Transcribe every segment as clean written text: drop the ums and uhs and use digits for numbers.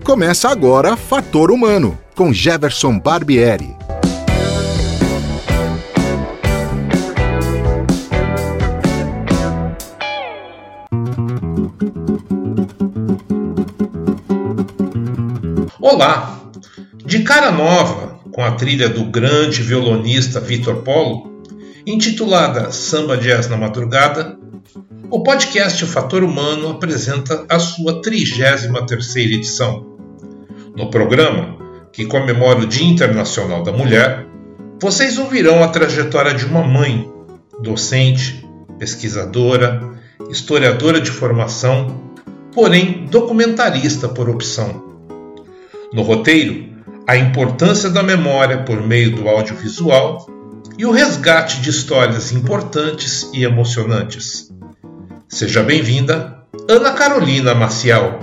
Começa agora Fator Humano, com Jefferson Barbieri. Olá! De cara nova, com a trilha do grande violonista Vitor Polo, intitulada Samba Jazz na Madrugada, o podcast Fator Humano apresenta a sua 33ª edição. No programa, que comemora o Dia Internacional da Mulher, vocês ouvirão a trajetória de uma mãe, docente, pesquisadora, historiadora de formação, porém documentarista por opção. No roteiro, a importância da memória por meio do audiovisual e o resgate de histórias importantes e emocionantes. Seja bem-vinda, Ana Carolina Maciel.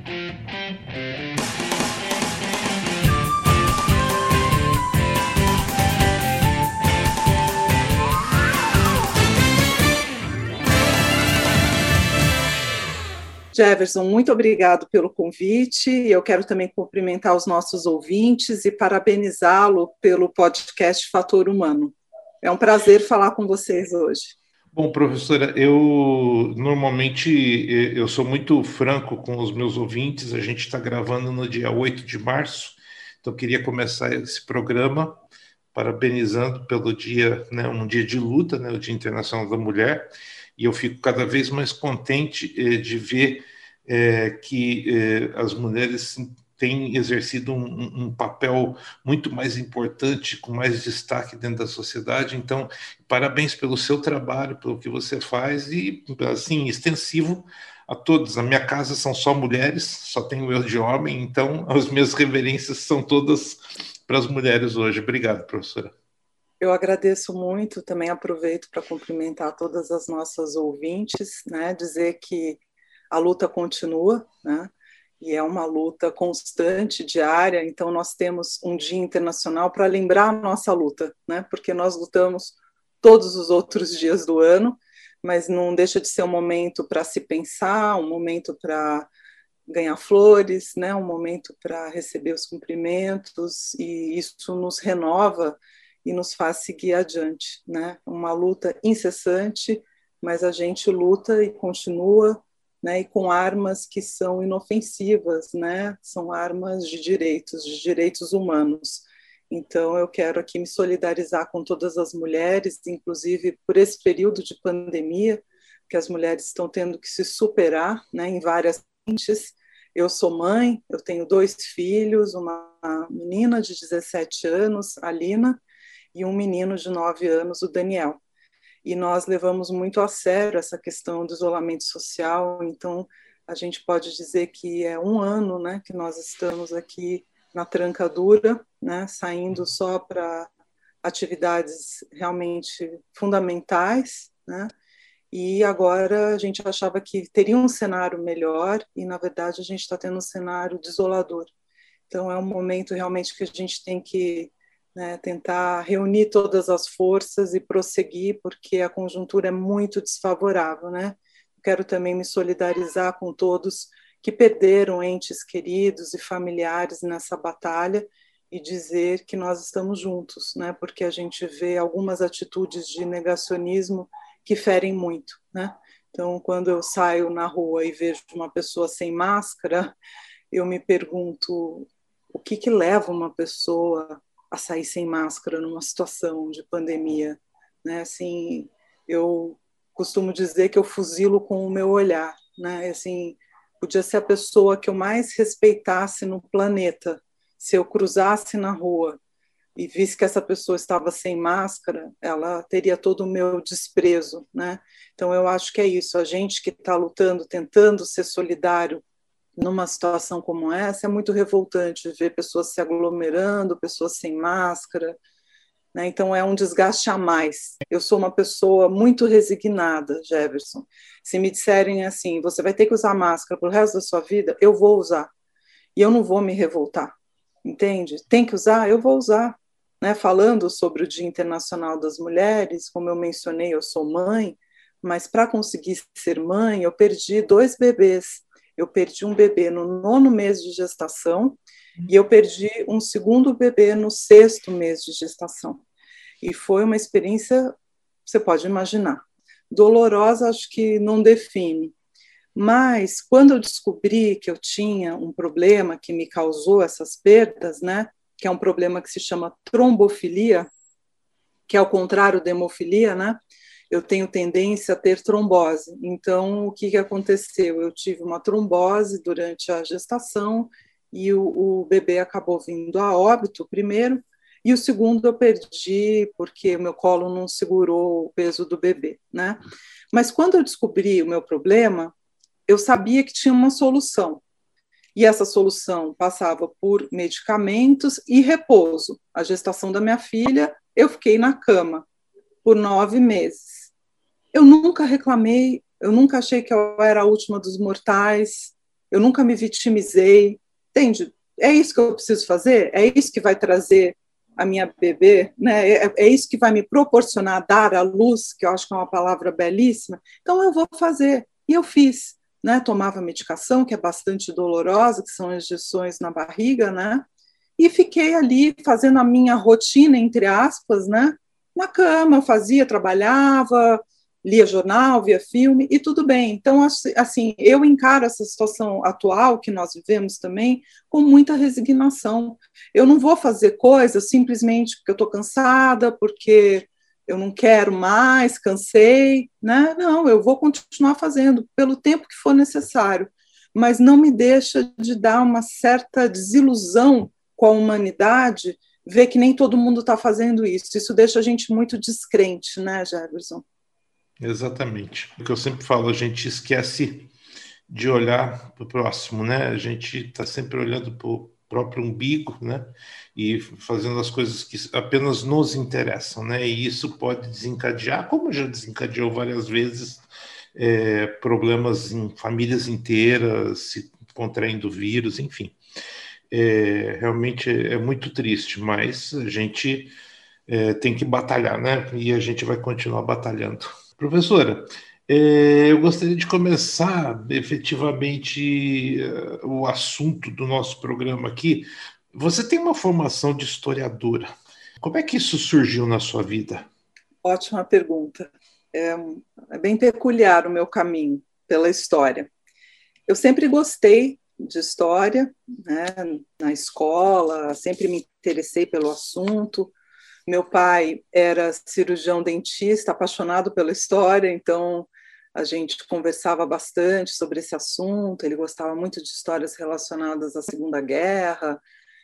Jefferson, muito obrigado pelo convite. Eu quero também cumprimentar os nossos ouvintes e parabenizá-lo pelo podcast Fator Humano. É um prazer falar com vocês hoje. Bom, professora, eu sou muito franco com os meus ouvintes. A gente está gravando no dia 8 de março, então eu queria começar esse programa parabenizando pelo dia, um dia de luta, o Dia Internacional da Mulher. E eu fico cada vez mais contente de ver que as mulheres têm exercido um papel muito mais importante, com mais destaque dentro da sociedade. Então, parabéns pelo seu trabalho, pelo que você faz e, assim, extensivo a todos. A minha casa são só mulheres, só tenho eu de homem, então as minhas reverências são todas para as mulheres hoje. Obrigado, professora. Eu agradeço muito, também aproveito para cumprimentar todas as nossas ouvintes, dizer que a luta continua, e é uma luta constante, diária, então nós temos um Dia Internacional para lembrar a nossa luta, porque nós lutamos todos os outros dias do ano, mas não deixa de ser um momento para se pensar, um momento para ganhar flores, um momento para receber os cumprimentos, e isso nos renova e nos faz seguir adiante, Uma luta incessante, mas a gente luta e continua, e com armas que são inofensivas, São armas de direitos humanos. Então eu quero aqui me solidarizar com todas as mulheres, inclusive por esse período de pandemia, que as mulheres estão tendo que se superar, em várias frentes. Eu sou mãe, eu tenho 2 filhos, uma menina de 17 anos, a Lina, e um menino de 9 anos, o Daniel. E nós levamos muito a sério essa questão do isolamento social, então a gente pode dizer que é 1 ano, que nós estamos aqui na trancadura, saindo só para atividades realmente fundamentais, e agora a gente achava que teria um cenário melhor, e na verdade a gente está tendo um cenário desolador. Então é um momento realmente que a gente tem que tentar reunir todas as forças e prosseguir, porque a conjuntura é muito desfavorável, Quero também me solidarizar com todos que perderam entes queridos e familiares nessa batalha e dizer que nós estamos juntos, Porque a gente vê algumas atitudes de negacionismo que ferem muito, Então, quando eu saio na rua e vejo uma pessoa sem máscara, eu me pergunto o que leva uma pessoa a sair sem máscara numa situação de pandemia, Assim, eu costumo dizer que eu fuzilo com o meu olhar, Assim, podia ser a pessoa que eu mais respeitasse no planeta. Se eu cruzasse na rua e visse que essa pessoa estava sem máscara, ela teria todo o meu desprezo, Então eu acho que é isso, a gente que está lutando, tentando ser solidário numa situação como essa, é muito revoltante ver pessoas se aglomerando, pessoas sem máscara, Então é um desgaste a mais. Eu sou uma pessoa muito resignada, Jefferson. Se me disserem assim, você vai ter que usar máscara pro resto da sua vida, eu vou usar. E eu não vou me revoltar, entende? Tem que usar? Eu vou usar. Falando sobre o Dia Internacional das Mulheres, como eu mencionei, eu sou mãe, mas para conseguir ser mãe, eu perdi 2 bebês. Eu perdi um bebê no 9º mês de gestação e eu perdi um segundo bebê no 6º mês de gestação. E foi uma experiência, você pode imaginar, dolorosa, acho que não define. Mas quando eu descobri que eu tinha um problema que me causou essas perdas, né, que é um problema que se chama trombofilia, que é ao contrário da hemofilia, né, eu tenho tendência a ter trombose. Então, o que aconteceu? Eu tive uma trombose durante a gestação e o bebê acabou vindo a óbito primeiro, e o segundo eu perdi porque o meu colo não segurou o peso do bebê, né? Mas quando eu descobri o meu problema, eu sabia que tinha uma solução. E essa solução passava por medicamentos e repouso. A gestação da minha filha, eu fiquei na cama por 9 meses. Eu nunca reclamei, eu nunca achei que eu era a última dos mortais, eu nunca me vitimizei. Entende? É isso que eu preciso fazer? É isso que vai trazer a minha bebê? Né? É isso que vai me proporcionar dar a luz, que eu acho que é uma palavra belíssima? Então eu vou fazer. E eu fiz. Né, tomava medicação, que é bastante dolorosa, que são injeções na barriga, né, e fiquei ali fazendo a minha rotina, entre aspas, né, na cama, fazia, trabalhava, lia jornal, via filme, e tudo bem. Então, assim, eu encaro essa situação atual que nós vivemos também com muita resignação. Eu não vou fazer coisas simplesmente porque eu estou cansada, porque eu não quero mais, cansei, né? Não, eu vou continuar fazendo pelo tempo que for necessário, mas não me deixa de dar uma certa desilusão com a humanidade, ver que nem todo mundo está fazendo isso. Isso deixa a gente muito descrente, né, Jefferson? Exatamente. O que eu sempre falo, a gente esquece de olhar para o próximo, né? A gente está sempre olhando para o próprio umbigo, né? E fazendo as coisas que apenas nos interessam, né? E isso pode desencadear, como já desencadeou várias vezes, problemas em famílias inteiras, se contraindo vírus, enfim. Realmente é muito triste, mas a gente tem que batalhar, né? E a gente vai continuar batalhando. Professora, eu gostaria de começar efetivamente o assunto do nosso programa aqui. Você tem uma formação de historiadora. Como é que isso surgiu na sua vida? Ótima pergunta. É bem peculiar o meu caminho pela história. Eu sempre gostei de história, né, na escola, sempre me interessei pelo assunto. Meu pai era cirurgião dentista, apaixonado pela história, então a gente conversava bastante sobre esse assunto. Ele gostava muito de histórias relacionadas à Segunda Guerra,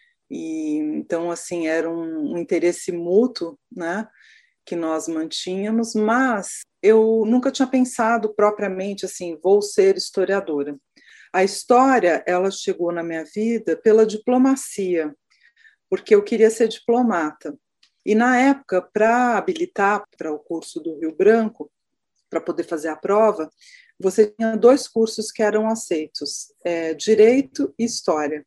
e então assim era um interesse mútuo, né, que nós mantínhamos, mas eu nunca tinha pensado propriamente assim, vou ser historiadora. A história, ela chegou na minha vida pela diplomacia, porque eu queria ser diplomata. E na época, para habilitar para o curso do Rio Branco, para poder fazer a prova, você tinha 2 cursos que eram aceitos, Direito e História.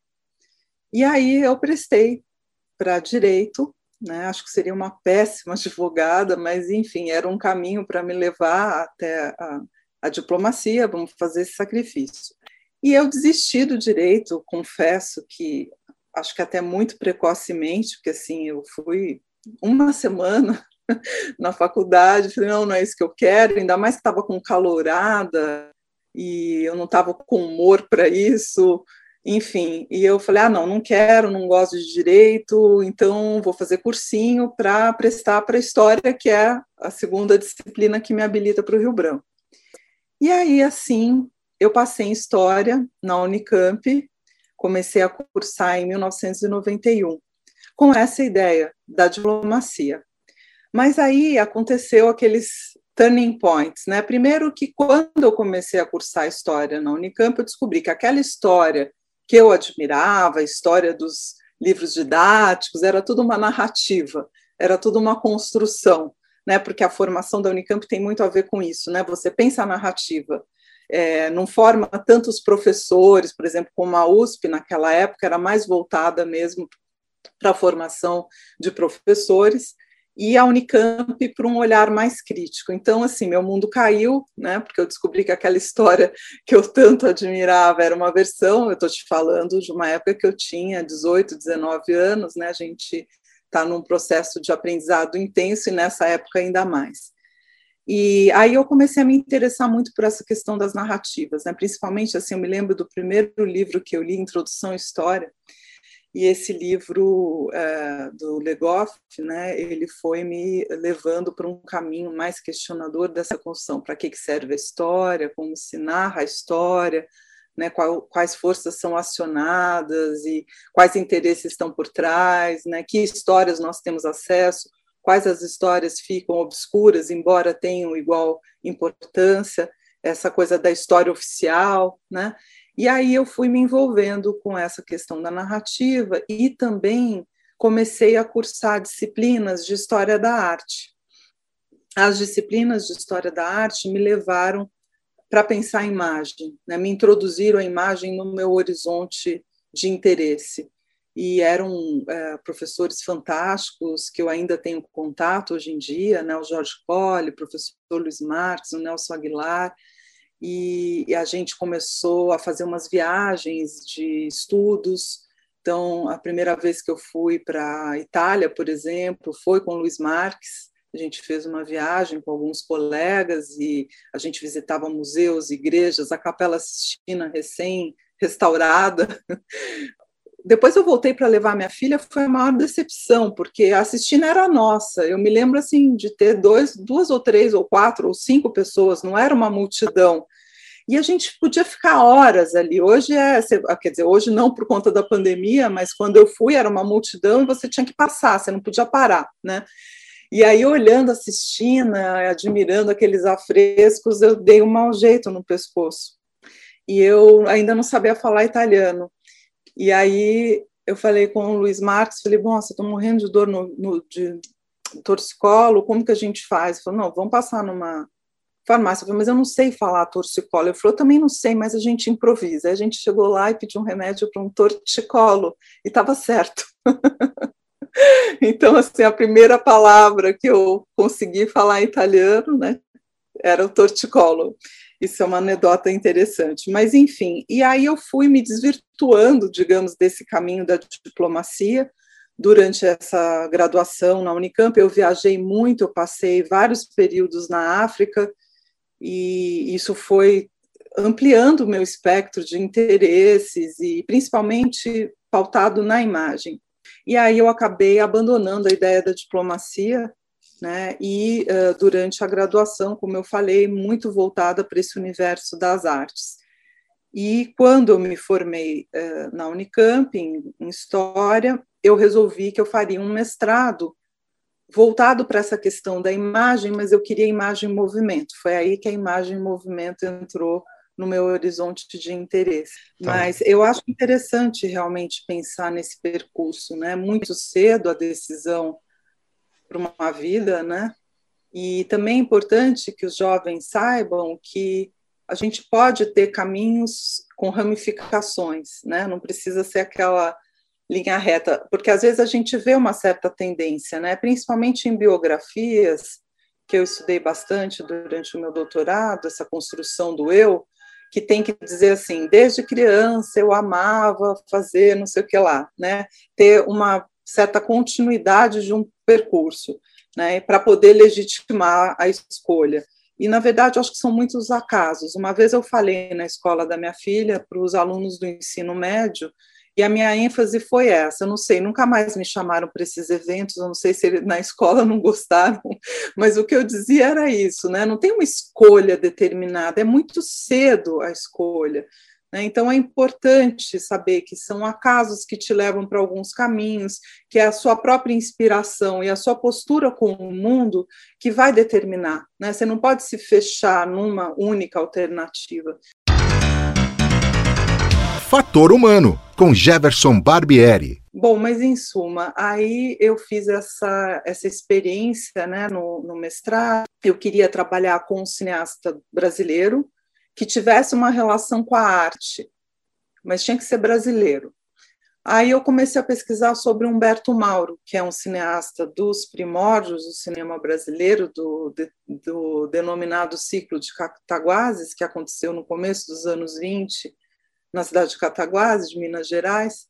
E aí eu prestei para Direito, né? Acho que seria uma péssima advogada, mas enfim, era um caminho para me levar até a diplomacia, vamos fazer esse sacrifício. E eu desisti do Direito, confesso que acho que até muito precocemente, porque assim, eu fui uma semana na faculdade, falei, não é isso que eu quero, ainda mais que estava com calorada e eu não estava com humor para isso, enfim, e eu falei, não quero, não gosto de direito, então vou fazer cursinho para prestar para História, que é a segunda disciplina que me habilita para o Rio Branco. E aí, assim, eu passei em História na Unicamp, comecei a cursar em 1991, com essa ideia da diplomacia. Mas aí aconteceu aqueles turning points, né? Primeiro que quando eu comecei a cursar História na Unicamp, eu descobri que aquela história que eu admirava, a história dos livros didáticos, era tudo uma narrativa, era tudo uma construção, né? Porque a formação da Unicamp tem muito a ver com isso, né? Você pensa a narrativa, não forma tantos professores, por exemplo, como a USP naquela época era mais voltada mesmo para a formação de professores. e a Unicamp para um olhar mais crítico. Então, assim, meu mundo caiu, né, porque eu descobri que aquela história que eu tanto admirava era uma versão. Eu estou te falando de uma época que eu tinha 18, 19 anos, né, a gente está num processo de aprendizado intenso e nessa época ainda mais. E aí eu comecei a me interessar muito por essa questão das narrativas, né? Principalmente, assim, eu me lembro do primeiro livro que eu li, Introdução à História, e esse livro do Legoff, né, ele foi me levando para um caminho mais questionador dessa construção. Para que serve a história, como se narra a história, né, quais forças são acionadas e quais interesses estão por trás, né, que histórias nós temos acesso, quais as histórias ficam obscuras, embora tenham igual importância, essa coisa da história oficial, né? E aí eu fui me envolvendo com essa questão da narrativa e também comecei a cursar disciplinas de História da Arte. As disciplinas de História da Arte me levaram para pensar a imagem, né? Me introduziram a imagem no meu horizonte de interesse. E eram professores fantásticos que eu ainda tenho contato hoje em dia, né? O Jorge Colli, o professor Luiz Marques, o Nelson Aguilar, e a gente começou a fazer umas viagens de estudos. Então, a primeira vez que eu fui para a Itália, por exemplo, foi com o Luiz Marques. A gente fez uma viagem com alguns colegas e a gente visitava museus, igrejas, a Capela Sistina recém-restaurada. Depois eu voltei para levar minha filha, foi a maior decepção, porque a Sistina era nossa. Eu me lembro assim de ter duas ou três ou quatro ou cinco pessoas, não era uma multidão. E a gente podia ficar horas ali. Hoje quer dizer, hoje não por conta da pandemia, mas quando eu fui era uma multidão e você tinha que passar, você não podia parar, né? E aí, olhando a Sistina, admirando aqueles afrescos, eu dei um mau jeito no pescoço. E eu ainda não sabia falar italiano. E aí eu falei com o Luiz Marques, falei, nossa, estou morrendo de dor de torcicolo, como que a gente faz? Ele falou, não, vamos passar numa farmácia. Eu falei, mas eu não sei falar torcicolo. Ele falou, eu também não sei, mas a gente improvisa. Aí a gente chegou lá e pediu um remédio para um torticolo, e estava certo. Então, assim, a primeira palavra que eu consegui falar em italiano, né, era o torticolo. Isso é uma anedota interessante. Mas, enfim, e aí eu fui me desvirtuando, digamos, desse caminho da diplomacia. Durante essa graduação na Unicamp, eu viajei muito, eu passei vários períodos na África, e isso foi ampliando o meu espectro de interesses, e principalmente pautado na imagem. E aí eu acabei abandonando a ideia da diplomacia, né? E durante a graduação, como eu falei, muito voltada para esse universo das artes. E quando eu me formei na Unicamp, em História, eu resolvi que eu faria um mestrado voltado para essa questão da imagem, mas eu queria imagem em movimento. Foi aí que a imagem em movimento entrou no meu horizonte de interesse. Tá. Mas eu acho interessante realmente pensar nesse percurso, né? Muito cedo a decisão para uma vida, né? E também é importante que os jovens saibam que a gente pode ter caminhos com ramificações, né? Não precisa ser aquela linha reta, porque às vezes a gente vê uma certa tendência, né? Principalmente em biografias, que eu estudei bastante durante o meu doutorado, essa construção do eu, que tem que dizer assim, desde criança eu amava fazer não sei o que lá, né? Ter uma certa continuidade de um percurso, né? Para poder legitimar a escolha. E, na verdade, eu acho que são muitos acasos. Uma vez eu falei na escola da minha filha para os alunos do ensino médio, e a minha ênfase foi essa, eu não sei, nunca mais me chamaram para esses eventos, eu não sei se na escola não gostaram, mas o que eu dizia era isso, né? Não tem uma escolha determinada, é muito cedo a escolha, né? Então é importante saber que são acasos que te levam para alguns caminhos, que é a sua própria inspiração e a sua postura com o mundo que vai determinar, né? Você não pode se fechar numa única alternativa. Fator Humano, com Jefferson Barbieri. Bom, mas em suma, aí eu fiz essa experiência, né, no mestrado. Eu queria trabalhar com um cineasta brasileiro que tivesse uma relação com a arte, mas tinha que ser brasileiro. Aí eu comecei a pesquisar sobre Humberto Mauro, que é um cineasta dos primórdios do cinema brasileiro, do denominado ciclo de Cataguases, que aconteceu no começo dos anos 20, na cidade de Cataguases, de Minas Gerais.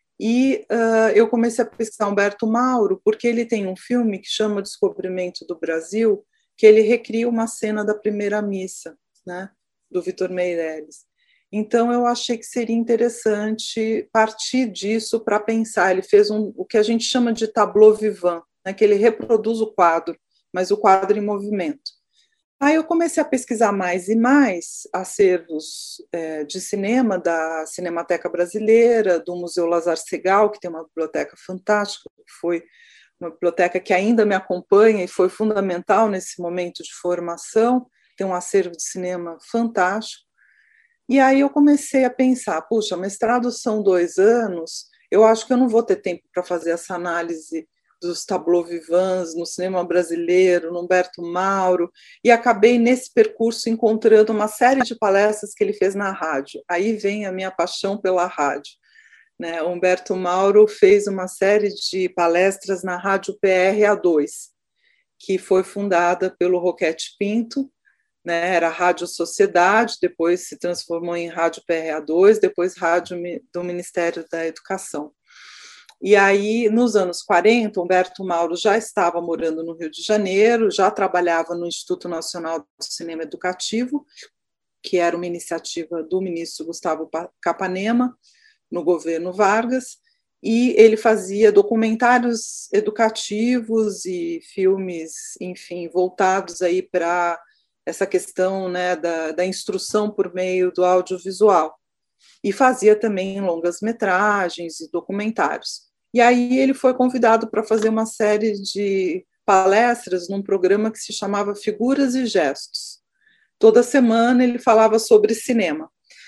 E eu comecei a pesquisar Humberto Mauro porque ele tem um filme que chama Descobrimento do Brasil, que ele recria uma cena da primeira missa, né, do Vitor Meirelles. Então, eu achei que seria interessante partir disso para pensar. Ele fez o que a gente chama de tableau vivant, né, que ele reproduz o quadro, mas o quadro em movimento. Aí eu comecei a pesquisar mais e mais acervos de cinema da Cinemateca Brasileira, do Museu Lazar Segal, que tem uma biblioteca fantástica, que foi uma biblioteca que ainda me acompanha e foi fundamental nesse momento de formação, tem um acervo de cinema fantástico. E aí eu comecei a pensar, puxa, mestrado são 2 anos, eu acho que eu não vou ter tempo para fazer essa análise dos tableaux vivants no cinema brasileiro, no Humberto Mauro, e acabei nesse percurso encontrando uma série de palestras que ele fez na rádio. Aí vem a minha paixão pela rádio. Né? O Humberto Mauro fez uma série de palestras na rádio PRA2, que foi fundada pelo Roquete Pinto, né? Era a Rádio Sociedade, depois se transformou em Rádio PRA2, depois Rádio do Ministério da Educação. E aí, nos anos 40, Humberto Mauro já estava morando no Rio de Janeiro, já trabalhava no Instituto Nacional do Cinema Educativo, que era uma iniciativa do ministro Gustavo Capanema, no governo Vargas, e ele fazia documentários educativos e filmes, enfim, voltados aí para essa questão, né, da instrução por meio do audiovisual. E fazia também longas-metragens e documentários. E aí ele foi convidado para fazer uma série de palestras num programa que se chamava Figuras e Gestos. Toda semana ele falava sobre cinema.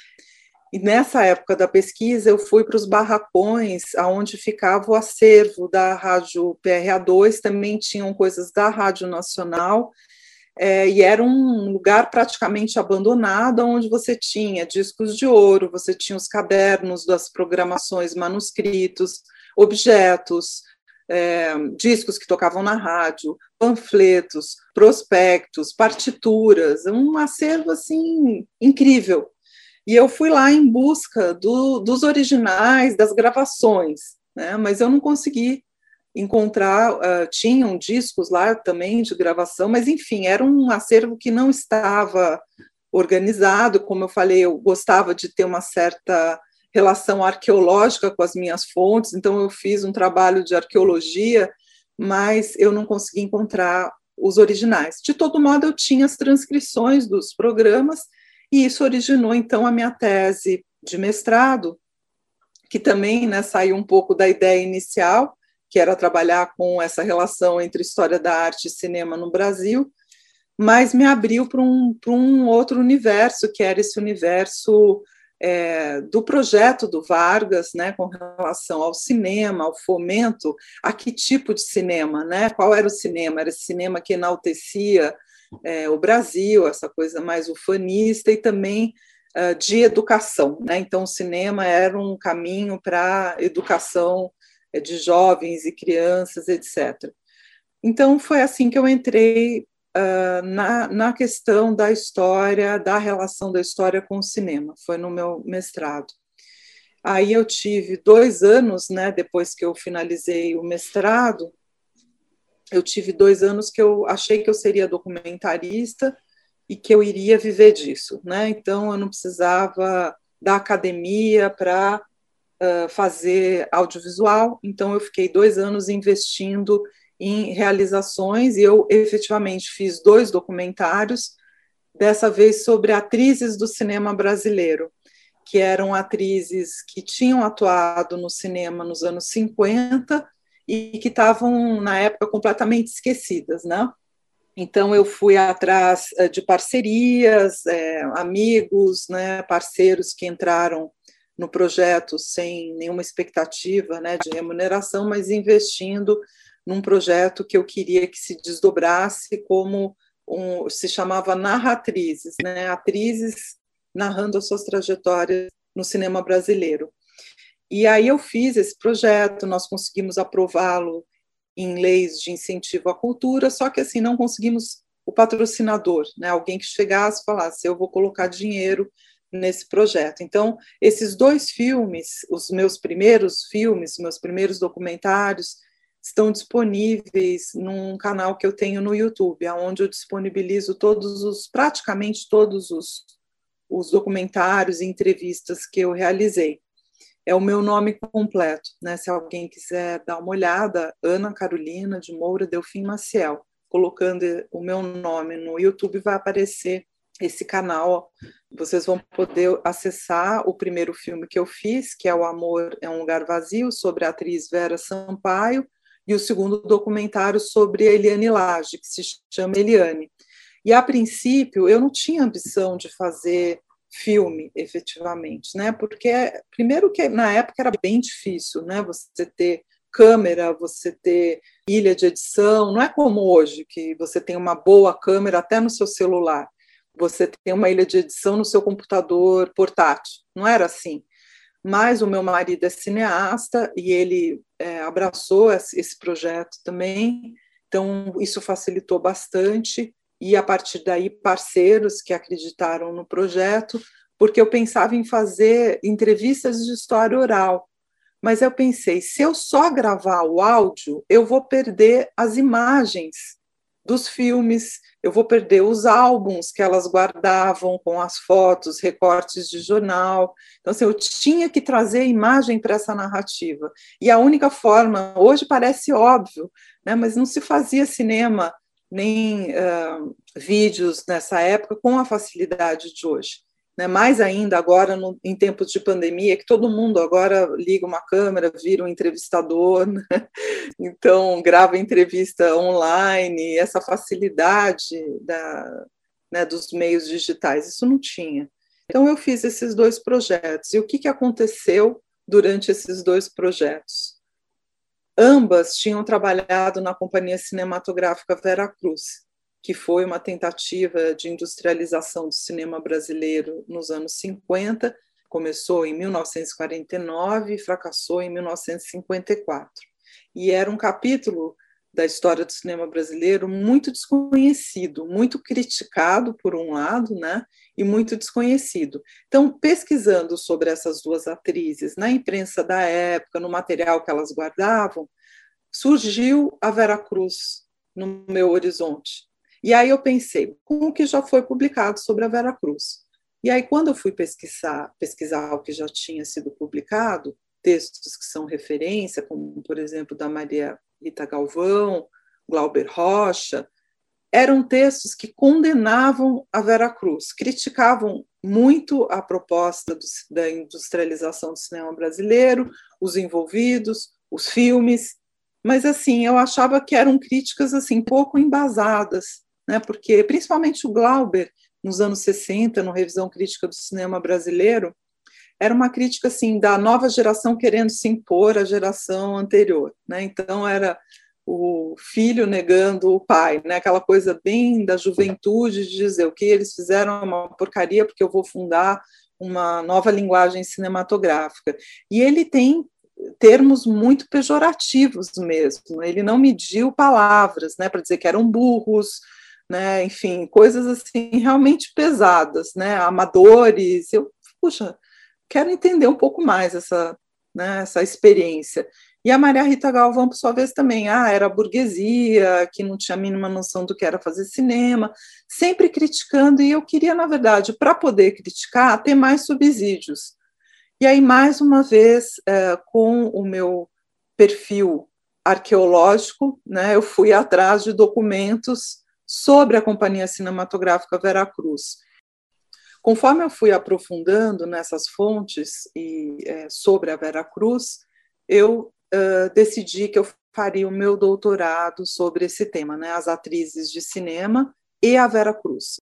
E nessa época da pesquisa eu fui para os barracões onde ficava o acervo da Rádio PRA2, também tinham coisas da Rádio Nacional, e era um lugar praticamente abandonado, onde você tinha discos de ouro, você tinha os cadernos das programações, manuscritos, objetos, discos que tocavam na rádio, panfletos, prospectos, partituras, um acervo assim incrível. E eu fui lá em busca dos originais, das gravações, né? Mas eu não consegui encontrar, tinham discos lá também de gravação, mas enfim, era um acervo que não estava organizado. Como eu falei, eu gostava de ter uma certa relação arqueológica com as minhas fontes, então eu fiz um trabalho de arqueologia, mas eu não consegui encontrar os originais. De todo modo, eu tinha as transcrições dos programas, e isso originou, então, a minha tese de mestrado, que também, né, saiu um pouco da ideia inicial, que era trabalhar com essa relação entre história da arte e cinema no Brasil, mas me abriu para um outro universo, que era esse universo do projeto do Vargas, né, com relação ao cinema, ao fomento, a que tipo de cinema, né? Qual era o cinema? Era esse cinema que enaltecia o Brasil, essa coisa mais ufanista, e também de educação, né? Então, o cinema era um caminho para a educação de jovens e crianças, etc. Então, foi assim que eu entrei na questão da história, da relação da história com o cinema, foi no meu mestrado. Aí eu tive 2 anos, né, depois que eu finalizei o mestrado, eu tive 2 anos que eu achei que eu seria documentarista e que eu iria viver disso, né? Então, eu não precisava da academia para fazer audiovisual, então eu fiquei 2 anos investindo em realizações, e eu efetivamente fiz 2 documentários, dessa vez sobre atrizes do cinema brasileiro, que eram atrizes que tinham atuado no cinema nos anos 50 e que estavam, na época, completamente esquecidas, né? Então, eu fui atrás de parcerias, amigos, né, parceiros que entraram no projeto sem nenhuma expectativa, né, de remuneração, mas investindo num projeto que eu queria que se desdobrasse como se chamava narratrizes, né, atrizes narrando as suas trajetórias no cinema brasileiro. E aí eu fiz esse projeto, nós conseguimos aprová-lo em leis de incentivo à cultura, só que assim não conseguimos o patrocinador, né? Alguém que chegasse e falasse, eu vou colocar dinheiro nesse projeto. Então, esses 2 filmes, os meus primeiros filmes, meus primeiros documentários, estão disponíveis num canal que eu tenho no YouTube, onde eu disponibilizo praticamente todos os documentários e entrevistas que eu realizei. É o meu nome completo, né? Se alguém quiser dar uma olhada, Ana Carolina de Moura Delfim Maciel, colocando o meu nome no YouTube, vai aparecer esse canal. Vocês vão poder acessar o primeiro filme que eu fiz, que é O Amor é um Lugar Vazio, sobre a atriz Vera Sampaio, e o segundo documentário sobre a Eliane Lage, que se chama Eliane. E, a princípio, eu não tinha ambição de fazer filme, efetivamente, né? Porque, primeiro, que na época era bem difícil, né? Você ter câmera, você ter ilha de edição, não é como hoje, que você tem uma boa câmera até no seu celular, você tem uma ilha de edição no seu computador portátil, não era assim. Mas o meu marido é cineasta e ele abraçou esse projeto também, então isso facilitou bastante, e a partir daí parceiros que acreditaram no projeto, porque eu pensava em fazer entrevistas de história oral, mas eu pensei, se eu só gravar o áudio, eu vou perder as imagens dos filmes, eu vou perder os álbuns que elas guardavam com as fotos, recortes de jornal. Então, assim, eu tinha que trazer imagem para essa narrativa. E a única forma, hoje parece óbvio, né, mas não se fazia cinema nem vídeos nessa época com a facilidade de hoje. Né? Mais ainda agora, em tempos de pandemia, que todo mundo agora liga uma câmera, vira um entrevistador, né? Então grava entrevista online, essa facilidade dos meios digitais, isso não tinha. Então eu fiz esses 2 projetos. E o que aconteceu durante esses 2 projetos? Ambas tinham trabalhado na Companhia Cinematográfica Veracruz, que foi uma tentativa de industrialização do cinema brasileiro nos anos 50, começou em 1949 e fracassou em 1954. E era um capítulo da história do cinema brasileiro muito desconhecido, muito criticado, por um lado, né, e muito desconhecido. Então, pesquisando sobre essas 2 atrizes na imprensa da época, no material que elas guardavam, surgiu a Veracruz no meu horizonte. E aí eu pensei, com o que já foi publicado sobre a Veracruz. E aí, quando eu fui pesquisar o que já tinha sido publicado, textos que são referência, como, por exemplo, da Maria Rita Galvão, Glauber Rocha, eram textos que condenavam a Veracruz, criticavam muito a proposta da industrialização do cinema brasileiro, os envolvidos, os filmes, mas assim, eu achava que eram críticas assim pouco embasadas, né? Porque principalmente o Glauber, nos anos 60, no Revisão Crítica do Cinema Brasileiro, era uma crítica assim da nova geração querendo se impor à geração anterior, né? Então era o filho negando o pai, né? Aquela coisa bem da juventude de dizer o que eles fizeram é uma porcaria porque eu vou fundar uma nova linguagem cinematográfica. E ele tem termos muito pejorativos mesmo, ele não mediu palavras, né, para dizer que eram burros, né, enfim, coisas assim realmente pesadas, né, amadores. Puxa, quero entender um pouco mais essa experiência. E a Maria Rita Galvão, por sua vez, também era burguesia, que não tinha a mínima noção do que era fazer cinema, sempre criticando, e eu queria, na verdade, para poder criticar, ter mais subsídios. E aí, mais uma vez, com o meu perfil arqueológico, né, eu fui atrás de documentos sobre a Companhia Cinematográfica Veracruz. Conforme eu fui aprofundando nessas fontes e sobre a Veracruz, eu decidi que eu faria o meu doutorado sobre esse tema, né, as atrizes de cinema e a Veracruz.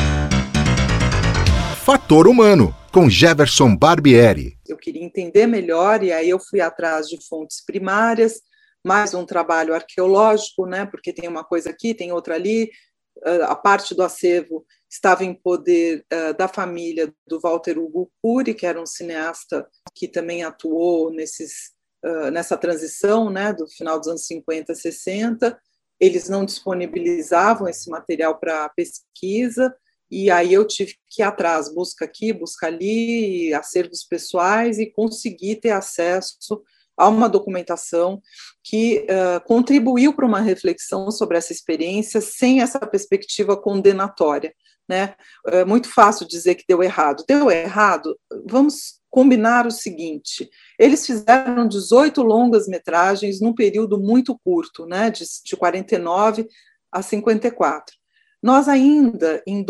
Fator Humano, com Jefferson Barbieri. Eu queria entender melhor, e aí eu fui atrás de fontes primárias, mais um trabalho arqueológico, né, porque tem uma coisa aqui, tem outra ali, a parte do acervo estava em poder da família do Walter Hugo Cury, que era um cineasta que também atuou nessa transição, né, do final dos anos 50, 60. Eles não disponibilizavam esse material para pesquisa, e aí eu tive que ir atrás, busca aqui, busca ali, acervos pessoais, e consegui ter acesso a uma documentação que contribuiu para uma reflexão sobre essa experiência sem essa perspectiva condenatória, né? É muito fácil dizer que deu errado. Deu errado? Vamos combinar o seguinte: eles fizeram 18 longas-metragens num período muito curto, né? De 49 a 54. Nós ainda, em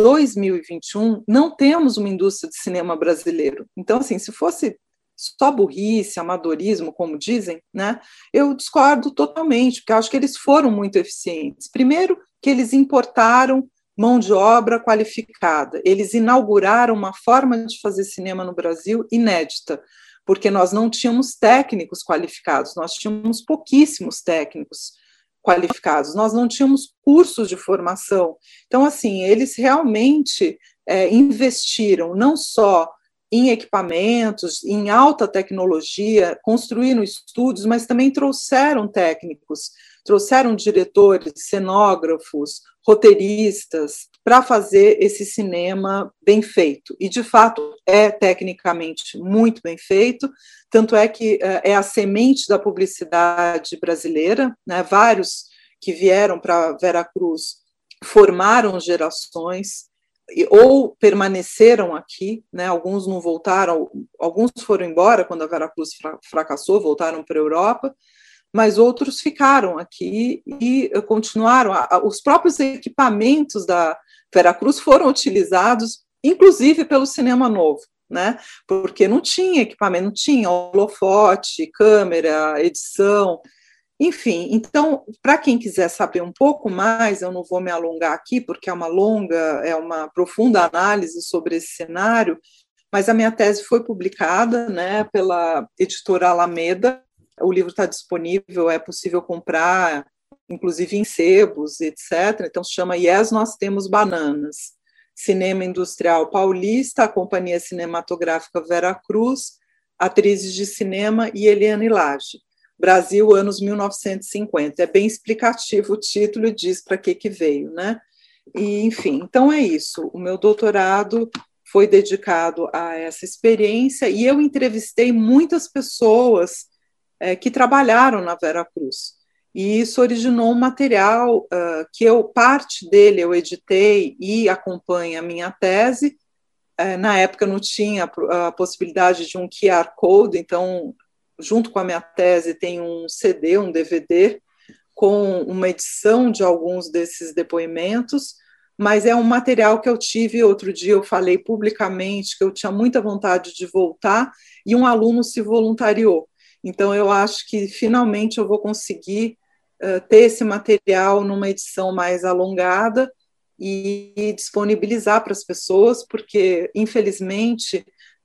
2021, não temos uma indústria de cinema brasileiro. Então, assim, se fosse só burrice, amadorismo, como dizem, né, eu discordo totalmente, porque eu acho que eles foram muito eficientes. Primeiro, que eles importaram mão de obra qualificada. Eles inauguraram uma forma de fazer cinema no Brasil inédita, porque nós não tínhamos técnicos qualificados, nós tínhamos pouquíssimos técnicos qualificados, nós não tínhamos cursos de formação. Então, assim, eles realmente investiram não só em equipamentos, em alta tecnologia, construíram estúdios, mas também trouxeram técnicos, trouxeram diretores, cenógrafos, roteiristas, para fazer esse cinema bem feito. E, de fato, é tecnicamente muito bem feito, tanto é que é a semente da publicidade brasileira, né? Vários que vieram para Veracruz formaram gerações, ou permaneceram aqui, né? Alguns não voltaram, alguns foram embora quando a Veracruz fracassou, voltaram para a Europa, mas outros ficaram aqui e continuaram. Os próprios equipamentos da Veracruz foram utilizados, inclusive pelo Cinema Novo, né? Porque não tinha equipamento, não tinha holofote, câmera, edição. Enfim, então, para quem quiser saber um pouco mais, eu não vou me alongar aqui, porque é uma profunda análise sobre esse cenário, mas a minha tese foi publicada, né, pela editora Alameda. O livro está disponível, é possível comprar, inclusive em sebos, etc. Então, se chama Yes, Nós Temos Bananas. Cinema Industrial Paulista, a Companhia Cinematográfica Veracruz, Atrizes de Cinema e Eliane Lage. Brasil, anos 1950. É bem explicativo o título e diz para que veio, né? E, enfim, então é isso. O meu doutorado foi dedicado a essa experiência e eu entrevistei muitas pessoas que trabalharam na Veracruz. E isso originou um material que parte dele eu editei e acompanha a minha tese. Na época não tinha a possibilidade de um QR Code, então junto com a minha tese tem um CD, um DVD, com uma edição de alguns desses depoimentos, mas é um material que eu tive, outro dia eu falei publicamente que eu tinha muita vontade de voltar, e um aluno se voluntariou. Então eu acho que finalmente eu vou conseguir ter esse material numa edição mais alongada e disponibilizar para as pessoas, porque, infelizmente,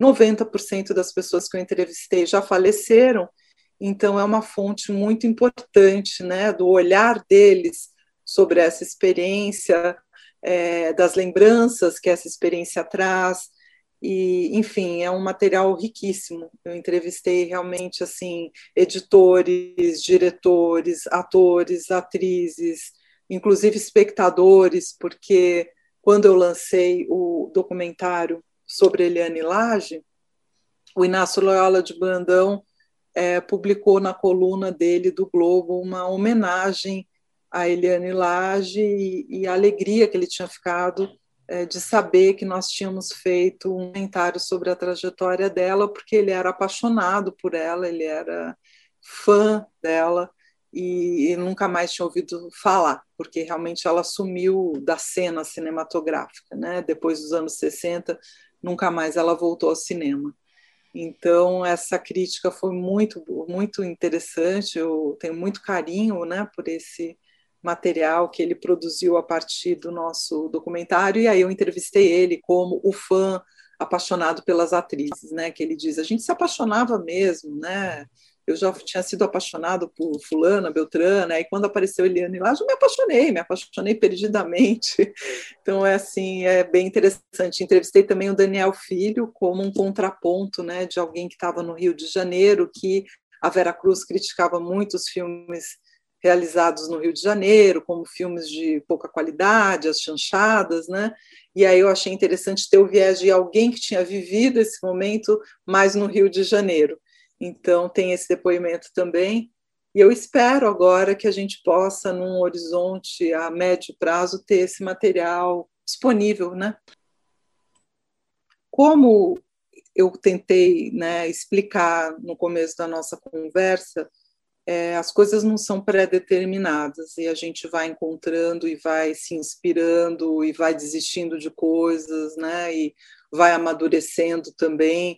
90% das pessoas que eu entrevistei já faleceram, então é uma fonte muito importante, né, do olhar deles sobre essa experiência, das lembranças que essa experiência traz, e, enfim, é um material riquíssimo. Eu entrevistei realmente, assim, editores, diretores, atores, atrizes, inclusive espectadores, porque quando eu lancei o documentário sobre Eliane Lage, o Inácio Loyola de Brandão publicou na coluna dele do Globo uma homenagem a Eliane Lage e a alegria que ele tinha ficado de saber que nós tínhamos feito um comentário sobre a trajetória dela, porque ele era apaixonado por ela, ele era fã dela e nunca mais tinha ouvido falar, porque realmente ela sumiu da cena cinematográfica, né? Depois dos anos 60, nunca mais ela voltou ao cinema. Então, essa crítica foi muito, muito interessante, eu tenho muito carinho, né, por esse material que ele produziu a partir do nosso documentário, e aí eu entrevistei ele como o fã apaixonado pelas atrizes, né, que ele diz, a gente se apaixonava mesmo, né, eu já tinha sido apaixonado por fulana, Beltrana, e quando apareceu Eliane Lage, eu me apaixonei perdidamente. Então, é assim, é bem interessante. Entrevistei também o Daniel Filho como um contraponto, né, de alguém que estava no Rio de Janeiro, que a Vera Cruz criticava muito os filmes realizados no Rio de Janeiro, como filmes de pouca qualidade, as chanchadas, né? E aí eu achei interessante ter o viés de alguém que tinha vivido esse momento mais no Rio de Janeiro. Então, tem esse depoimento também. E eu espero agora que a gente possa, num horizonte a médio prazo, ter esse material disponível, né? Como eu tentei, né, explicar no começo da nossa conversa, as coisas não são pré-determinadas e a gente vai encontrando e vai se inspirando e vai desistindo de coisas, né, e vai amadurecendo também.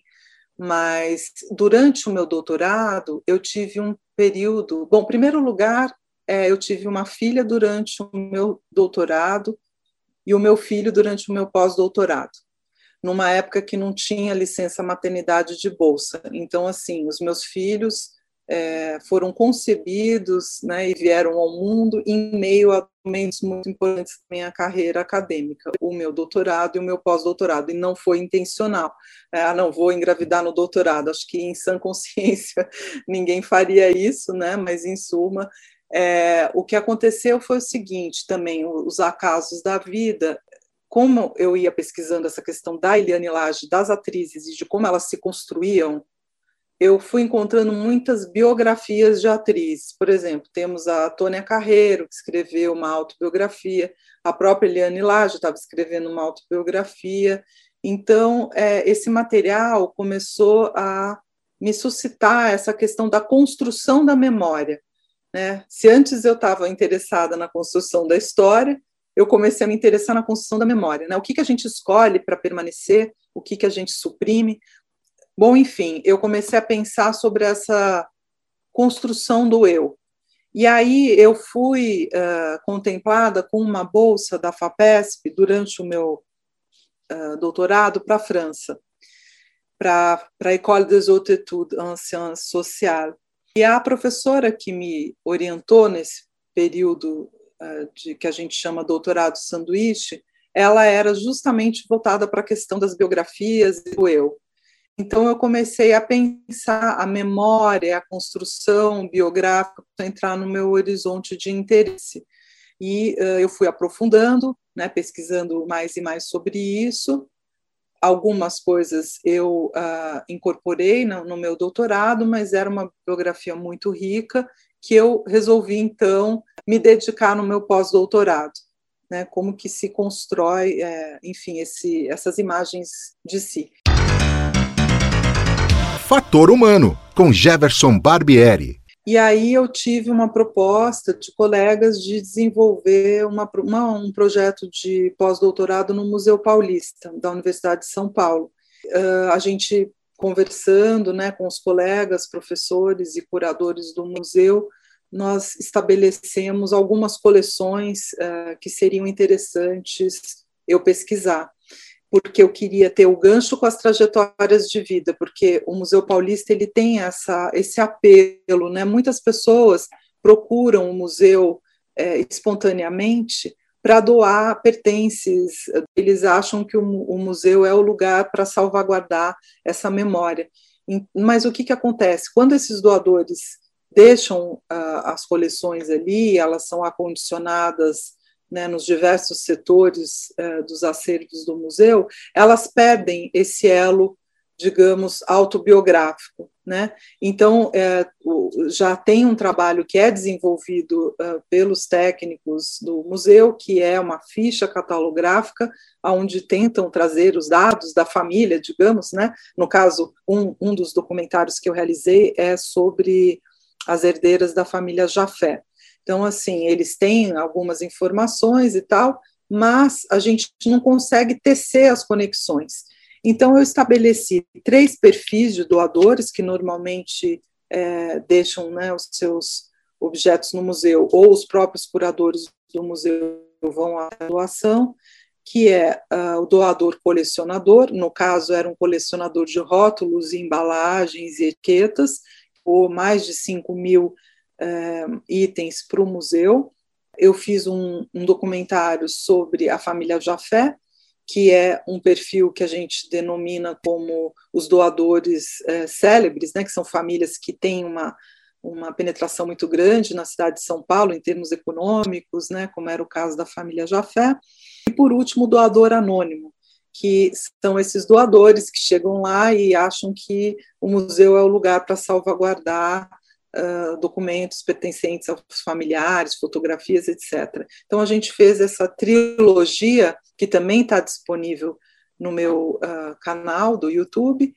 Mas durante o meu doutorado, eu tive um período... Bom, em primeiro lugar, eu tive uma filha durante o meu doutorado e o meu filho durante o meu pós-doutorado, numa época que não tinha licença maternidade de bolsa. Então, assim, os meus filhos foram concebidos, né, e vieram ao mundo em meio a momentos muito importantes da minha carreira acadêmica, o meu doutorado e o meu pós-doutorado, e não foi intencional. Não vou engravidar no doutorado, acho que em sã consciência ninguém faria isso, né, mas em suma, o que aconteceu foi o seguinte também, os acasos da vida. Como eu ia pesquisando essa questão da Eliane Lage, das atrizes e de como elas se construíam, eu fui encontrando muitas biografias de atrizes. Por exemplo, temos a Tônia Carreiro, que escreveu uma autobiografia, a própria Eliane Lage estava escrevendo uma autobiografia. Então, esse material começou a me suscitar essa questão da construção da memória, né? Se antes eu estava interessada na construção da história, eu comecei a me interessar na construção da memória, né? O que a gente escolhe para permanecer, o que a gente suprime. Bom, enfim, eu comecei a pensar sobre essa construção do eu. E aí eu fui contemplada com uma bolsa da FAPESP durante o meu doutorado para a França, para a École des Hautes Études en Sciences Sociales. E a professora que me orientou nesse período que a gente chama doutorado sanduíche, ela era justamente voltada para a questão das biografias e do eu. Então, eu comecei a pensar a memória, a construção biográfica para entrar no meu horizonte de interesse. E eu fui aprofundando, né, pesquisando mais e mais sobre isso. Algumas coisas eu incorporei no meu doutorado, mas era uma biografia muito rica que eu resolvi, então, me dedicar no meu pós-doutorado, né, como que se constrói, enfim, essas imagens de si. Fator Humano, com Jefferson Barbieri. E aí eu tive uma proposta de colegas de desenvolver um projeto de pós-doutorado no Museu Paulista, da Universidade de São Paulo. A gente conversando, né, com os colegas, professores e curadores do museu, nós estabelecemos algumas coleções que seriam interessantes eu pesquisar, porque eu queria ter o gancho com as trajetórias de vida, porque o Museu Paulista ele tem esse apelo, né? Muitas pessoas procuram o museu espontaneamente para doar pertences, eles acham que o museu é o lugar para salvaguardar essa memória. Mas o que acontece? Quando esses doadores deixam as coleções ali, elas são acondicionadas, né, nos diversos setores dos acervos do museu, elas perdem esse elo, digamos, autobiográfico, né? Então, já tem um trabalho que é desenvolvido pelos técnicos do museu, que é uma ficha catalográfica, onde tentam trazer os dados da família, digamos, né? No caso, um dos documentários que eu realizei é sobre as herdeiras da família Jafé. Então, assim, eles têm algumas informações e tal, mas a gente não consegue tecer as conexões. Então, eu estabeleci 3 perfis de doadores que normalmente deixam, né, os seus objetos no museu, ou os próprios curadores do museu vão à doação, que é o doador colecionador, no caso era um colecionador de rótulos, embalagens e etiquetas, ou mais de 5.000 itens para o museu. Eu fiz um documentário sobre a família Jafé, que é um perfil que a gente denomina como os doadores célebres, né, que são famílias que têm uma penetração muito grande na cidade de São Paulo, em termos econômicos, né, como era o caso da família Jafé. E, por último, o doador anônimo, que são esses doadores que chegam lá e acham que o museu é o lugar para salvaguardar documentos pertencentes aos familiares, fotografias, etc. Então, a gente fez essa trilogia, que também está disponível no meu canal do YouTube,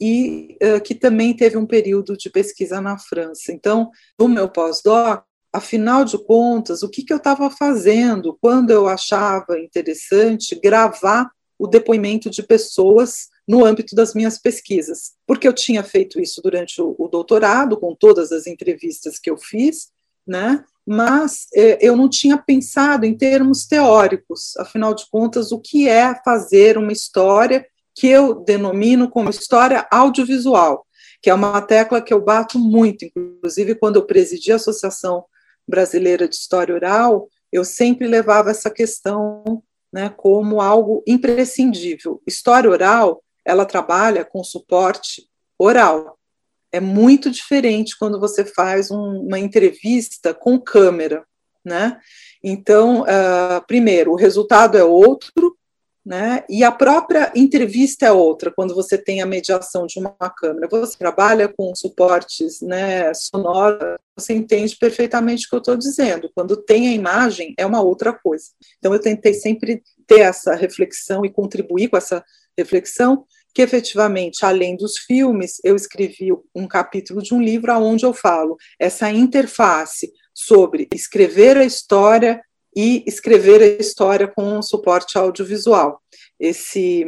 e que também teve um período de pesquisa na França. Então, no meu pós-doc, afinal de contas, o que eu estava fazendo quando eu achava interessante gravar o depoimento de pessoas no âmbito das minhas pesquisas, porque eu tinha feito isso durante o doutorado, com todas as entrevistas que eu fiz, né? Mas eu não tinha pensado em termos teóricos, afinal de contas, o que é fazer uma história que eu denomino como história audiovisual, que é uma tecla que eu bato muito, inclusive quando eu presidi a Associação Brasileira de História Oral, eu sempre levava essa questão, né, como algo imprescindível. História oral, ela trabalha com suporte oral. É muito diferente quando você faz uma entrevista com câmera, né? Então, primeiro, o resultado é outro, né? E a própria entrevista é outra, quando você tem a mediação de uma câmera. Você trabalha com suportes, né, sonoros, você entende perfeitamente o que eu estou dizendo. Quando tem a imagem, é uma outra coisa. Então, eu tentei sempre ter essa reflexão e contribuir com essa reflexão, que efetivamente, além dos filmes, eu escrevi um capítulo de um livro onde eu falo essa interface sobre escrever a história e escrever a história com um suporte audiovisual. Esse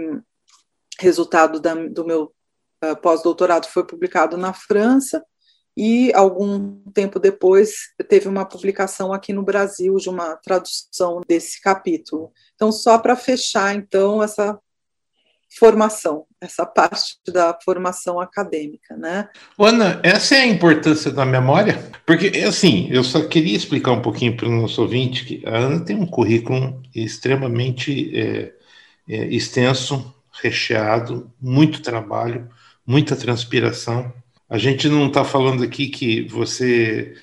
resultado do meu pós-doutorado foi publicado na França e, algum tempo depois, teve uma publicação aqui no Brasil de uma tradução desse capítulo. Então, só para fechar, então, essa formação, essa parte da formação acadêmica, né? Ana, essa é a importância da memória? Porque, assim, eu só queria explicar um pouquinho para o nosso ouvinte que a Ana tem um currículo extremamente extenso, recheado, muito trabalho, muita transpiração. A gente não está falando aqui que você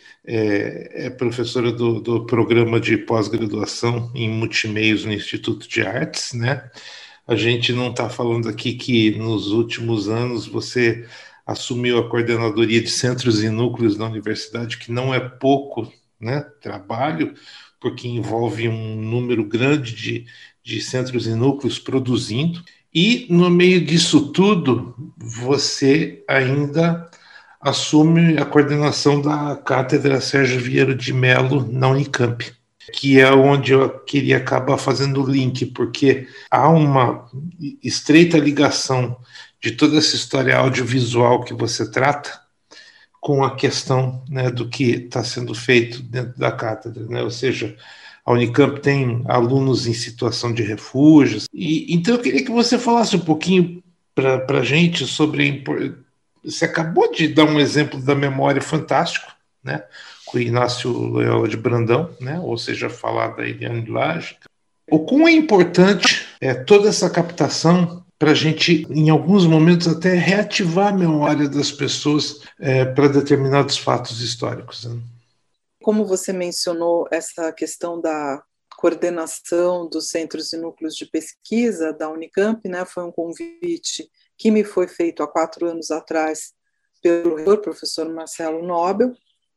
é professora do programa de pós-graduação em multimeios no Instituto de Artes, né? A gente não está falando aqui que nos últimos anos você assumiu a coordenadoria de centros e núcleos da universidade, que não é pouco, né, trabalho, porque envolve um número grande de centros e núcleos produzindo. E, no meio disso tudo, você ainda assume a coordenação da Cátedra Sérgio Vieira de Mello na Unicamp, que é onde eu queria acabar fazendo o link, porque há uma estreita ligação de toda essa história audiovisual que você trata com a questão, né, do que está sendo feito dentro da cátedra, né? Ou seja, a Unicamp tem alunos em situação de refúgio. Então eu queria que você falasse um pouquinho para a gente sobre... Você acabou de dar um exemplo da memória fantástico, né, com o Inácio Loyola de Brandão, né, ou seja, falar da Eliane Lage. O quão é importante toda essa captação para a gente, em alguns momentos, até reativar a memória das pessoas para determinados fatos históricos, né? Como você mencionou essa questão da coordenação dos centros e núcleos de pesquisa da Unicamp, né, foi um convite que me foi feito há 4 anos atrás pelo reitor, professor Marcelo Nobel.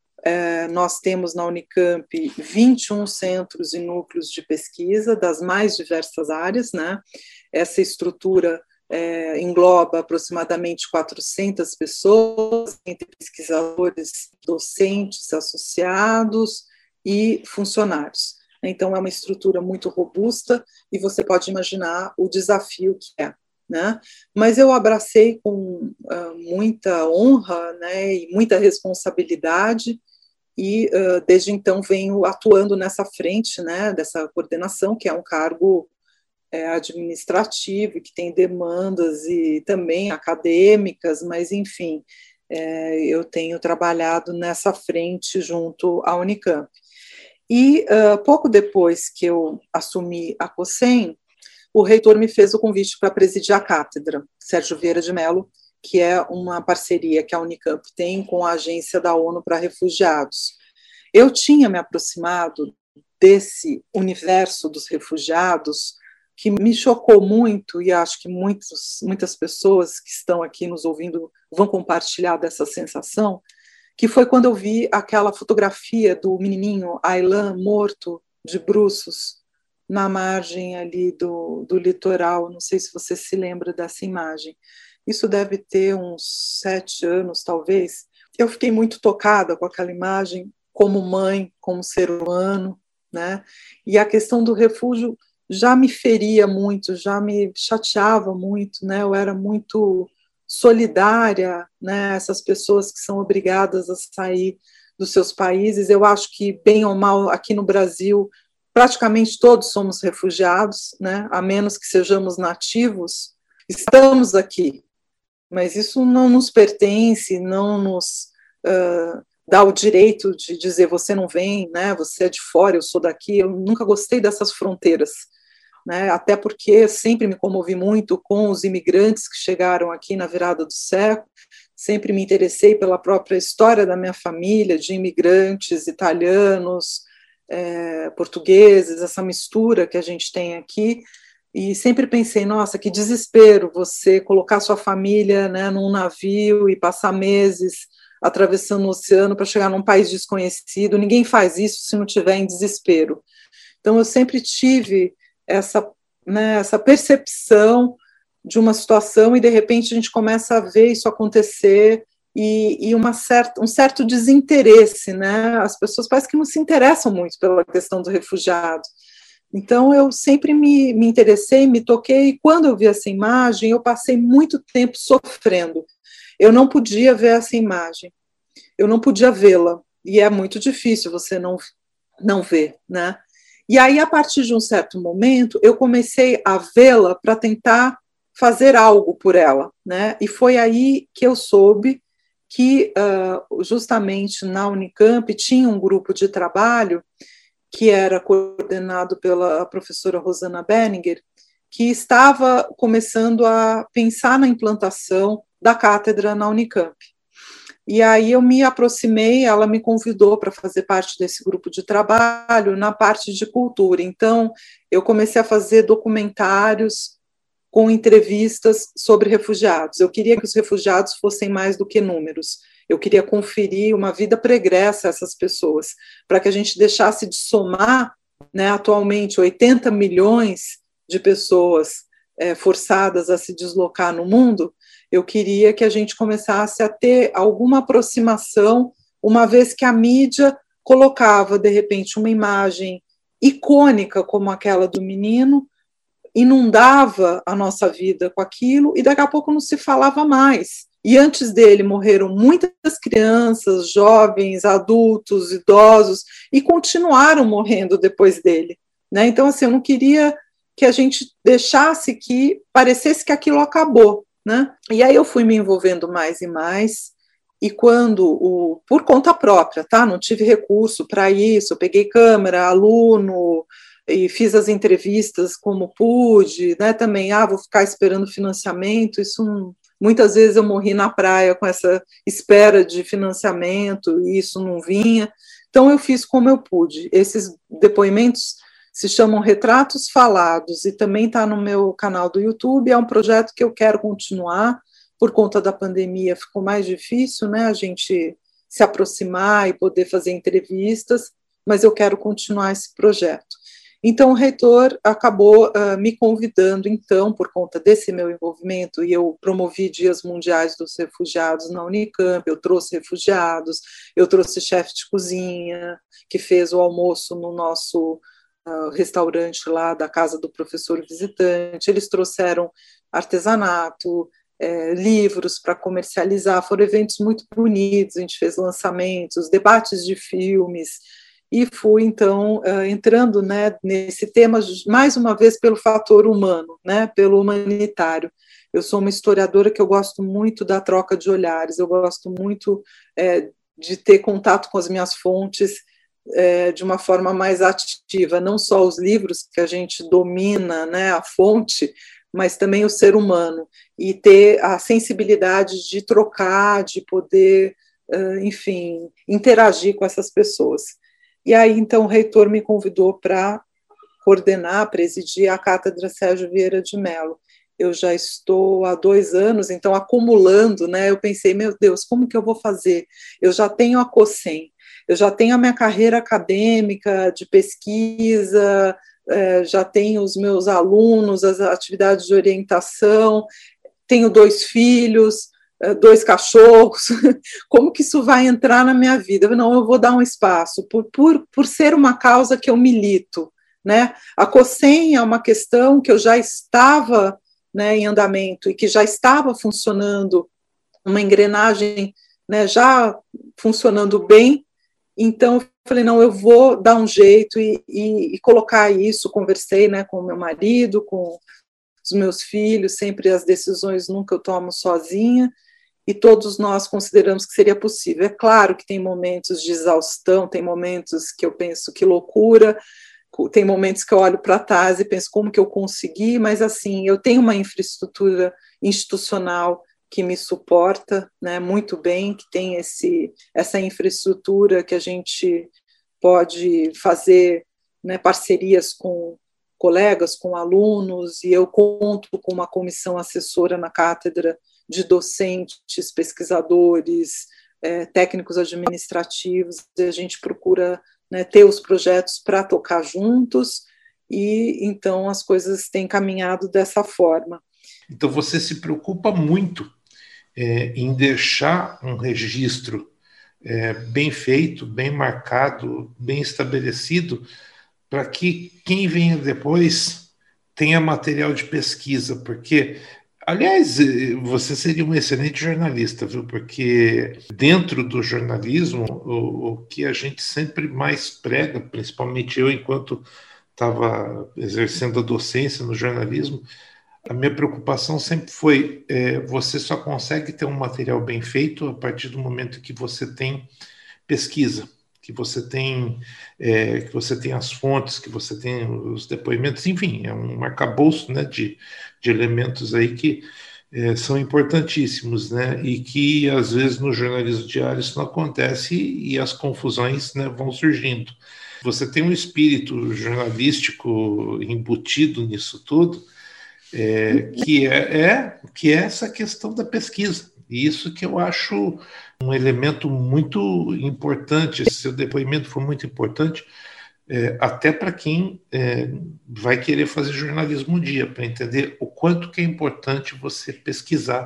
Nós temos na Unicamp 21 centros e núcleos de pesquisa das mais diversas áreas, né? Essa estrutura engloba aproximadamente 400 pessoas, entre pesquisadores, docentes, associados e funcionários. Então, é uma estrutura muito robusta e você pode imaginar o desafio que é, né? Mas eu abracei com muita honra, né, e muita responsabilidade, e desde então venho atuando nessa frente, né, dessa coordenação, que é um cargo administrativo, que tem demandas e também acadêmicas, mas enfim, eu tenho trabalhado nessa frente junto à Unicamp. E pouco depois que eu assumi a COSEM, o reitor me fez o convite para presidir a cátedra, Sérgio Vieira de Mello, que é uma parceria que a Unicamp tem com a Agência da ONU para Refugiados. Eu tinha me aproximado desse universo dos refugiados, que me chocou muito, e acho que muitas pessoas que estão aqui nos ouvindo vão compartilhar dessa sensação, que foi quando eu vi aquela fotografia do menininho Aylan morto de bruços na margem ali do litoral. Não sei se você se lembra dessa imagem. Isso deve ter uns 7 anos, talvez. Eu fiquei muito tocada com aquela imagem, como mãe, como ser humano, né? E a questão do refúgio já me feria muito, já me chateava muito, né? Eu era muito solidária, né? Essas pessoas que são obrigadas a sair dos seus países. Eu acho que, bem ou mal, aqui no Brasil, praticamente todos somos refugiados, né? A menos que sejamos nativos, estamos aqui, mas isso não nos pertence, não nos dá o direito de dizer você não vem, né? Você é de fora, eu sou daqui. Eu nunca gostei dessas fronteiras, né? Até porque sempre me comovi muito com os imigrantes que chegaram aqui na virada do século, sempre me interessei pela própria história da minha família, de imigrantes italianos, portugueses, essa mistura que a gente tem aqui, e sempre pensei, nossa, que desespero você colocar sua família, né, num navio e passar meses atravessando o oceano para chegar num país desconhecido. Ninguém faz isso se não tiver em desespero. Então eu sempre tive essa percepção de uma situação, e de repente a gente começa a ver isso acontecer, e um certo desinteresse, né? As pessoas parece que não se interessam muito pela questão do refugiado. Então eu sempre me interessei, me toquei, e quando eu vi essa imagem, eu passei muito tempo sofrendo. Eu não podia ver essa imagem, eu não podia vê-la, e é muito difícil você não ver, né? E aí, a partir de um certo momento, eu comecei a vê-la para tentar fazer algo por ela, né? E foi aí que eu soube que, justamente na Unicamp, tinha um grupo de trabalho que era coordenado pela professora Rosana Benninger, que estava começando a pensar na implantação da cátedra na Unicamp. E aí eu me aproximei, ela me convidou para fazer parte desse grupo de trabalho na parte de cultura. Então, eu comecei a fazer documentários com entrevistas sobre refugiados. Eu queria que os refugiados fossem mais do que números. Eu queria conferir uma vida pregressa a essas pessoas, para que a gente deixasse de somar, né, atualmente 80 milhões de pessoas forçadas a se deslocar no mundo. Eu queria que a gente começasse a ter alguma aproximação, uma vez que a mídia colocava, de repente, uma imagem icônica como aquela do menino, inundava a nossa vida com aquilo, e daqui a pouco não se falava mais. E antes dele morreram muitas crianças, jovens, adultos, idosos, e continuaram morrendo depois dele, né? Então, assim, eu não queria que a gente deixasse que parecesse que aquilo acabou, né? E aí eu fui me envolvendo mais e mais, e quando, por conta própria, tá? Não tive recurso para isso, eu peguei câmera, aluno, e fiz as entrevistas como pude, né? Também, vou ficar esperando financiamento, isso muitas vezes eu morri na praia com essa espera de financiamento, e isso não vinha. Então eu fiz como eu pude. Esses depoimentos se chamam Retratos Falados, e também está no meu canal do YouTube. É um projeto que eu quero continuar. Por conta da pandemia ficou mais difícil, né, a gente se aproximar e poder fazer entrevistas, mas eu quero continuar esse projeto. Então o reitor acabou me convidando, então, por conta desse meu envolvimento, e eu promovi Dias Mundiais dos Refugiados na Unicamp, eu trouxe refugiados, eu trouxe chefe de cozinha, que fez o almoço no nosso restaurante lá da casa do professor visitante. Eles trouxeram artesanato, livros para comercializar. Foram eventos muito bonitos, a gente fez lançamentos, debates de filmes, e fui então entrando, né, nesse tema mais uma vez pelo fator humano, né, pelo humanitário. Eu sou uma historiadora que eu gosto muito da troca de olhares, eu gosto muito de ter contato com as minhas fontes de uma forma mais ativa, não só os livros que a gente domina, né, a fonte, mas também o ser humano, e ter a sensibilidade de trocar, de poder, enfim, interagir com essas pessoas. E aí, então, o reitor me convidou para coordenar, presidir a Cátedra Sérgio Vieira de Mello. Eu já estou há 2 anos, então, acumulando, né? Eu pensei, meu Deus, como que eu vou fazer? Eu já tenho a COSEM, eu já tenho a minha carreira acadêmica de pesquisa, já tenho os meus alunos, as atividades de orientação, tenho 2 filhos, 2 cachorros, como que isso vai entrar na minha vida? Não, eu vou dar um espaço, por ser uma causa que eu milito, né? A COSEM é uma questão que eu já estava, né, em andamento e que já estava funcionando, uma engrenagem, né, já funcionando bem, então eu falei, não, eu vou dar um jeito e colocar isso, conversei, né, com o meu marido, com os meus filhos, sempre as decisões nunca eu tomo sozinha, e todos nós consideramos que seria possível. É claro que tem momentos de exaustão, tem momentos que eu penso que loucura, tem momentos que eu olho para trás e penso como que eu consegui, mas assim, eu tenho uma infraestrutura institucional que me suporta, né, muito bem, que tem essa infraestrutura que a gente pode fazer, né, parcerias com colegas, com alunos, e eu conto com uma comissão assessora na cátedra de docentes, pesquisadores, técnicos administrativos, e a gente procura, né, ter os projetos para tocar juntos, e então as coisas têm caminhado dessa forma. Então você se preocupa muito em deixar um registro bem feito, bem marcado, bem estabelecido, para que quem venha depois tenha material de pesquisa, porque, aliás, você seria um excelente jornalista, viu? Porque dentro do jornalismo, o que a gente sempre mais prega, principalmente eu, enquanto estava exercendo a docência no jornalismo, a minha preocupação sempre foi você só consegue ter um material bem feito a partir do momento que você tem pesquisa, que você tem as fontes, que você tem os depoimentos, enfim, é um arcabouço, né, de elementos aí que são importantíssimos, né, e que às vezes no jornalismo diário isso não acontece e as confusões, né, vão surgindo. Você tem um espírito jornalístico embutido nisso tudo, que é essa questão da pesquisa. E isso que eu acho um elemento muito importante. Esse seu depoimento foi muito importante, até para quem vai querer fazer jornalismo um dia, para entender o quanto que é importante você pesquisar.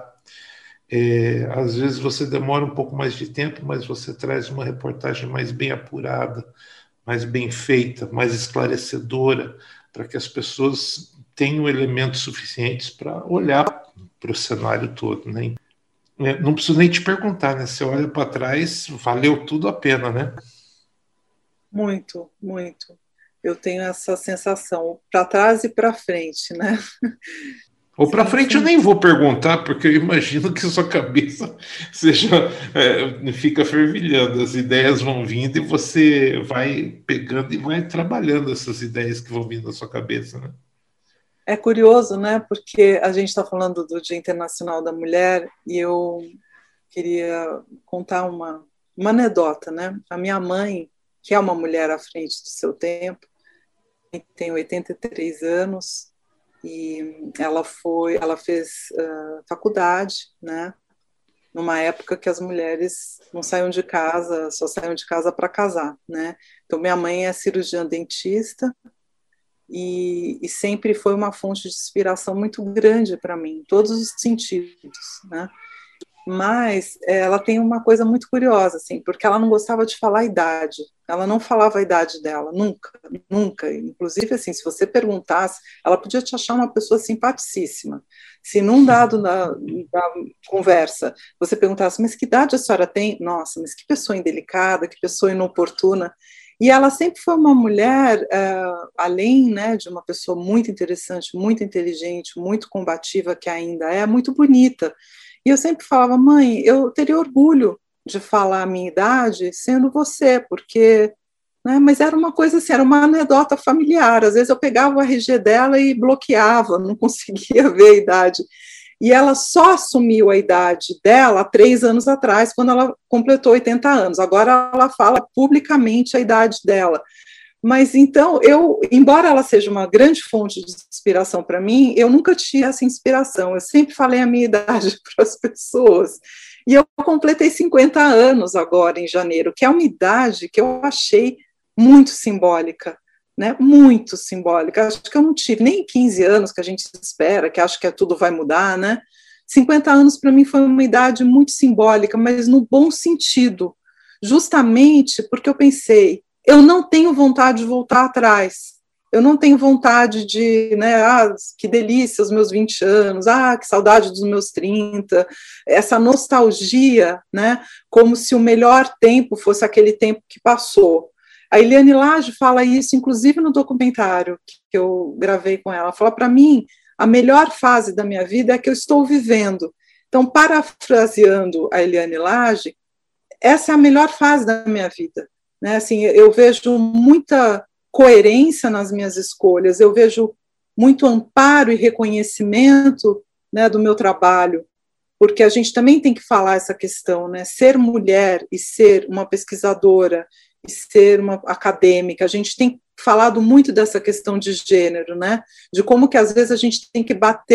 Às vezes você demora um pouco mais de tempo, mas você traz uma reportagem mais bem apurada, mais bem feita, mais esclarecedora, para que as pessoas tenham elementos suficientes para olhar para o cenário todo, né? Não preciso nem te perguntar, né? Você olha para trás, valeu tudo a pena, né? Muito, muito. Eu tenho essa sensação, para trás e para frente, né? Ou para frente sim. Eu nem vou perguntar, porque eu imagino que sua cabeça fica fervilhando, as ideias vão vindo e você vai pegando e vai trabalhando essas ideias que vão vindo na sua cabeça, né? É curioso, né? Porque a gente está falando do Dia Internacional da Mulher e eu queria contar uma anedota, né? A minha mãe, que é uma mulher à frente do seu tempo, tem 83 anos e ela fez faculdade, né? Numa época que as mulheres não saíam de casa, só saíam de casa para casar, né? Então minha mãe é cirurgiã dentista. E sempre foi uma fonte de inspiração muito grande para mim, em todos os sentidos, né? Mas ela tem uma coisa muito curiosa, assim, porque ela não gostava de falar a idade, ela não falava a idade dela, nunca, nunca. Inclusive, assim, se você perguntasse, ela podia te achar uma pessoa simpaticíssima. Se num dado da conversa você perguntasse, mas que idade a senhora tem? Nossa, mas que pessoa indelicada, que pessoa inoportuna. E ela sempre foi uma mulher, além, né, de uma pessoa muito interessante, muito inteligente, muito combativa, que ainda é, muito bonita. E eu sempre falava, mãe, eu teria orgulho de falar a minha idade sendo você, porque... Né, mas era uma coisa assim, era uma anedota familiar. Às vezes eu pegava o RG dela e bloqueava, não conseguia ver a idade. E ela só assumiu a idade dela há 3 anos atrás, quando ela completou 80 anos. Agora ela fala publicamente a idade dela. Mas então, embora ela seja uma grande fonte de inspiração para mim, eu nunca tinha essa inspiração. Eu sempre falei a minha idade para as pessoas. E eu completei 50 anos agora, em janeiro, que é uma idade que eu achei muito simbólica. Né, muito simbólica. Acho que eu não tive nem 15 anos que a gente espera, que acho que tudo vai mudar, né? 50 anos para mim foi uma idade muito simbólica, mas no bom sentido, justamente porque eu pensei, eu não tenho vontade de voltar atrás, eu não tenho vontade de, né, que delícia os meus 20 anos, que saudade dos meus 30, essa nostalgia, né, como se o melhor tempo fosse aquele tempo que passou. A Eliane Lage fala isso, inclusive no documentário que eu gravei com ela. Fala, para mim, a melhor fase da minha vida é a que eu estou vivendo. Então, parafraseando a Eliane Lage, essa é a melhor fase da minha vida. Né? Assim, eu vejo muita coerência nas minhas escolhas, eu vejo muito amparo e reconhecimento, né, do meu trabalho, porque a gente também tem que falar essa questão, né? Ser mulher e ser uma pesquisadora e ser uma acadêmica, a gente tem falado muito dessa questão de gênero, né? De como que às vezes a gente tem que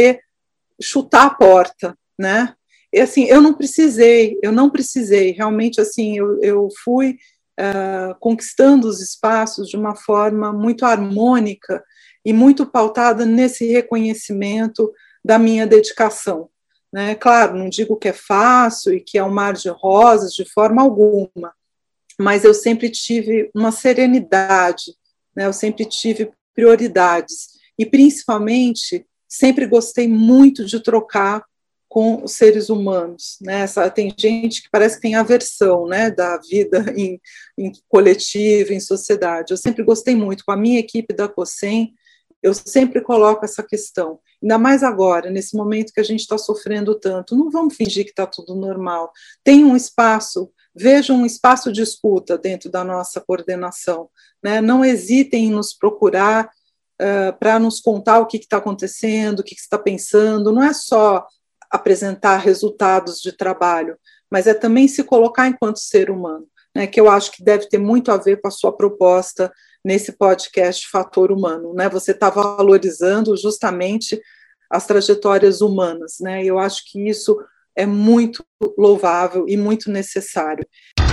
chutar a porta, né? E assim, eu não precisei, realmente assim, eu fui conquistando os espaços de uma forma muito harmônica e muito pautada nesse reconhecimento da minha dedicação. Né? Claro, não digo que é fácil e que é um mar de rosas, de forma alguma, mas eu sempre tive uma serenidade, né? Eu sempre tive prioridades e, principalmente, sempre gostei muito de trocar com os seres humanos. Né? Tem gente que parece que tem aversão, né, da vida em coletivo, em sociedade. Eu sempre gostei muito. Com a minha equipe da COSEM, eu sempre coloco essa questão. Ainda mais agora, nesse momento que a gente está sofrendo tanto. Não vamos fingir que está tudo normal. Tem um espaço, vejam um espaço de escuta dentro da nossa coordenação. Né? Não hesitem em nos procurar para nos contar o que está acontecendo, o que você está pensando. Não é só apresentar resultados de trabalho, mas é também se colocar enquanto ser humano, né, que eu acho que deve ter muito a ver com a sua proposta nesse podcast Fator Humano. Né? Você está valorizando justamente as trajetórias humanas, né? E eu acho que isso é muito louvável e muito necessário.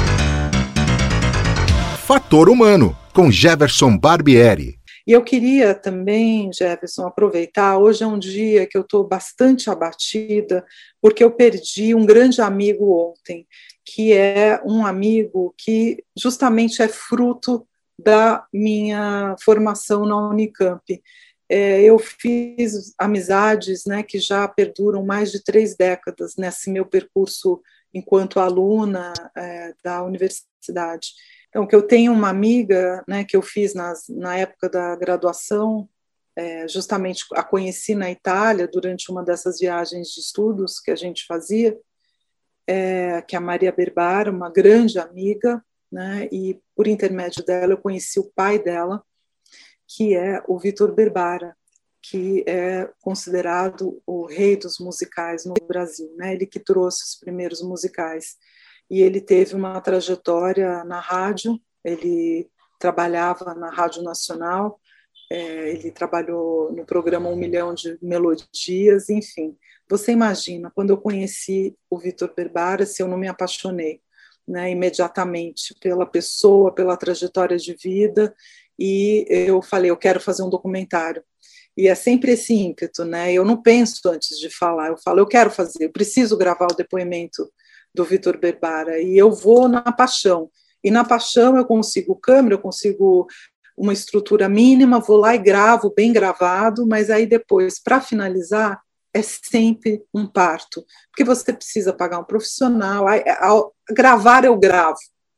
Fator Humano, com Jefferson Barbieri. E eu queria também, Jefferson, aproveitar, hoje é um dia que eu estou bastante abatida, porque eu perdi um grande amigo ontem, que é um amigo que justamente é fruto da minha formação na Unicamp. Eu fiz amizades, né, que já perduram mais de 3 décadas nesse meu percurso enquanto aluna da universidade. Então, que eu tenho uma amiga, né, que eu fiz na época da graduação, justamente a conheci na Itália durante uma dessas viagens de estudos que a gente fazia, que é a Maria Berbara, uma grande amiga, né, e por intermédio dela eu conheci o pai dela, que é o Vitor Berbara, que é considerado o rei dos musicais no Brasil, né, ele que trouxe os primeiros musicais. E ele teve uma trajetória na rádio, ele trabalhava na Rádio Nacional, ele trabalhou no programa 1 Milhão de Melodias, enfim. Você imagina, quando eu conheci o Vitor Berbara, se eu não me apaixonei, né, imediatamente pela pessoa, pela trajetória de vida, e eu falei, eu quero fazer um documentário. E é sempre esse ímpeto, né? Eu não penso antes de falar, eu falo, eu quero fazer, eu preciso gravar o depoimento do Vitor Berbara, e eu vou na paixão. E na paixão eu consigo câmera, eu consigo uma estrutura mínima, vou lá e gravo, bem gravado, mas aí depois, para finalizar, é sempre um parto, porque você precisa pagar um profissional, gravar eu gravo,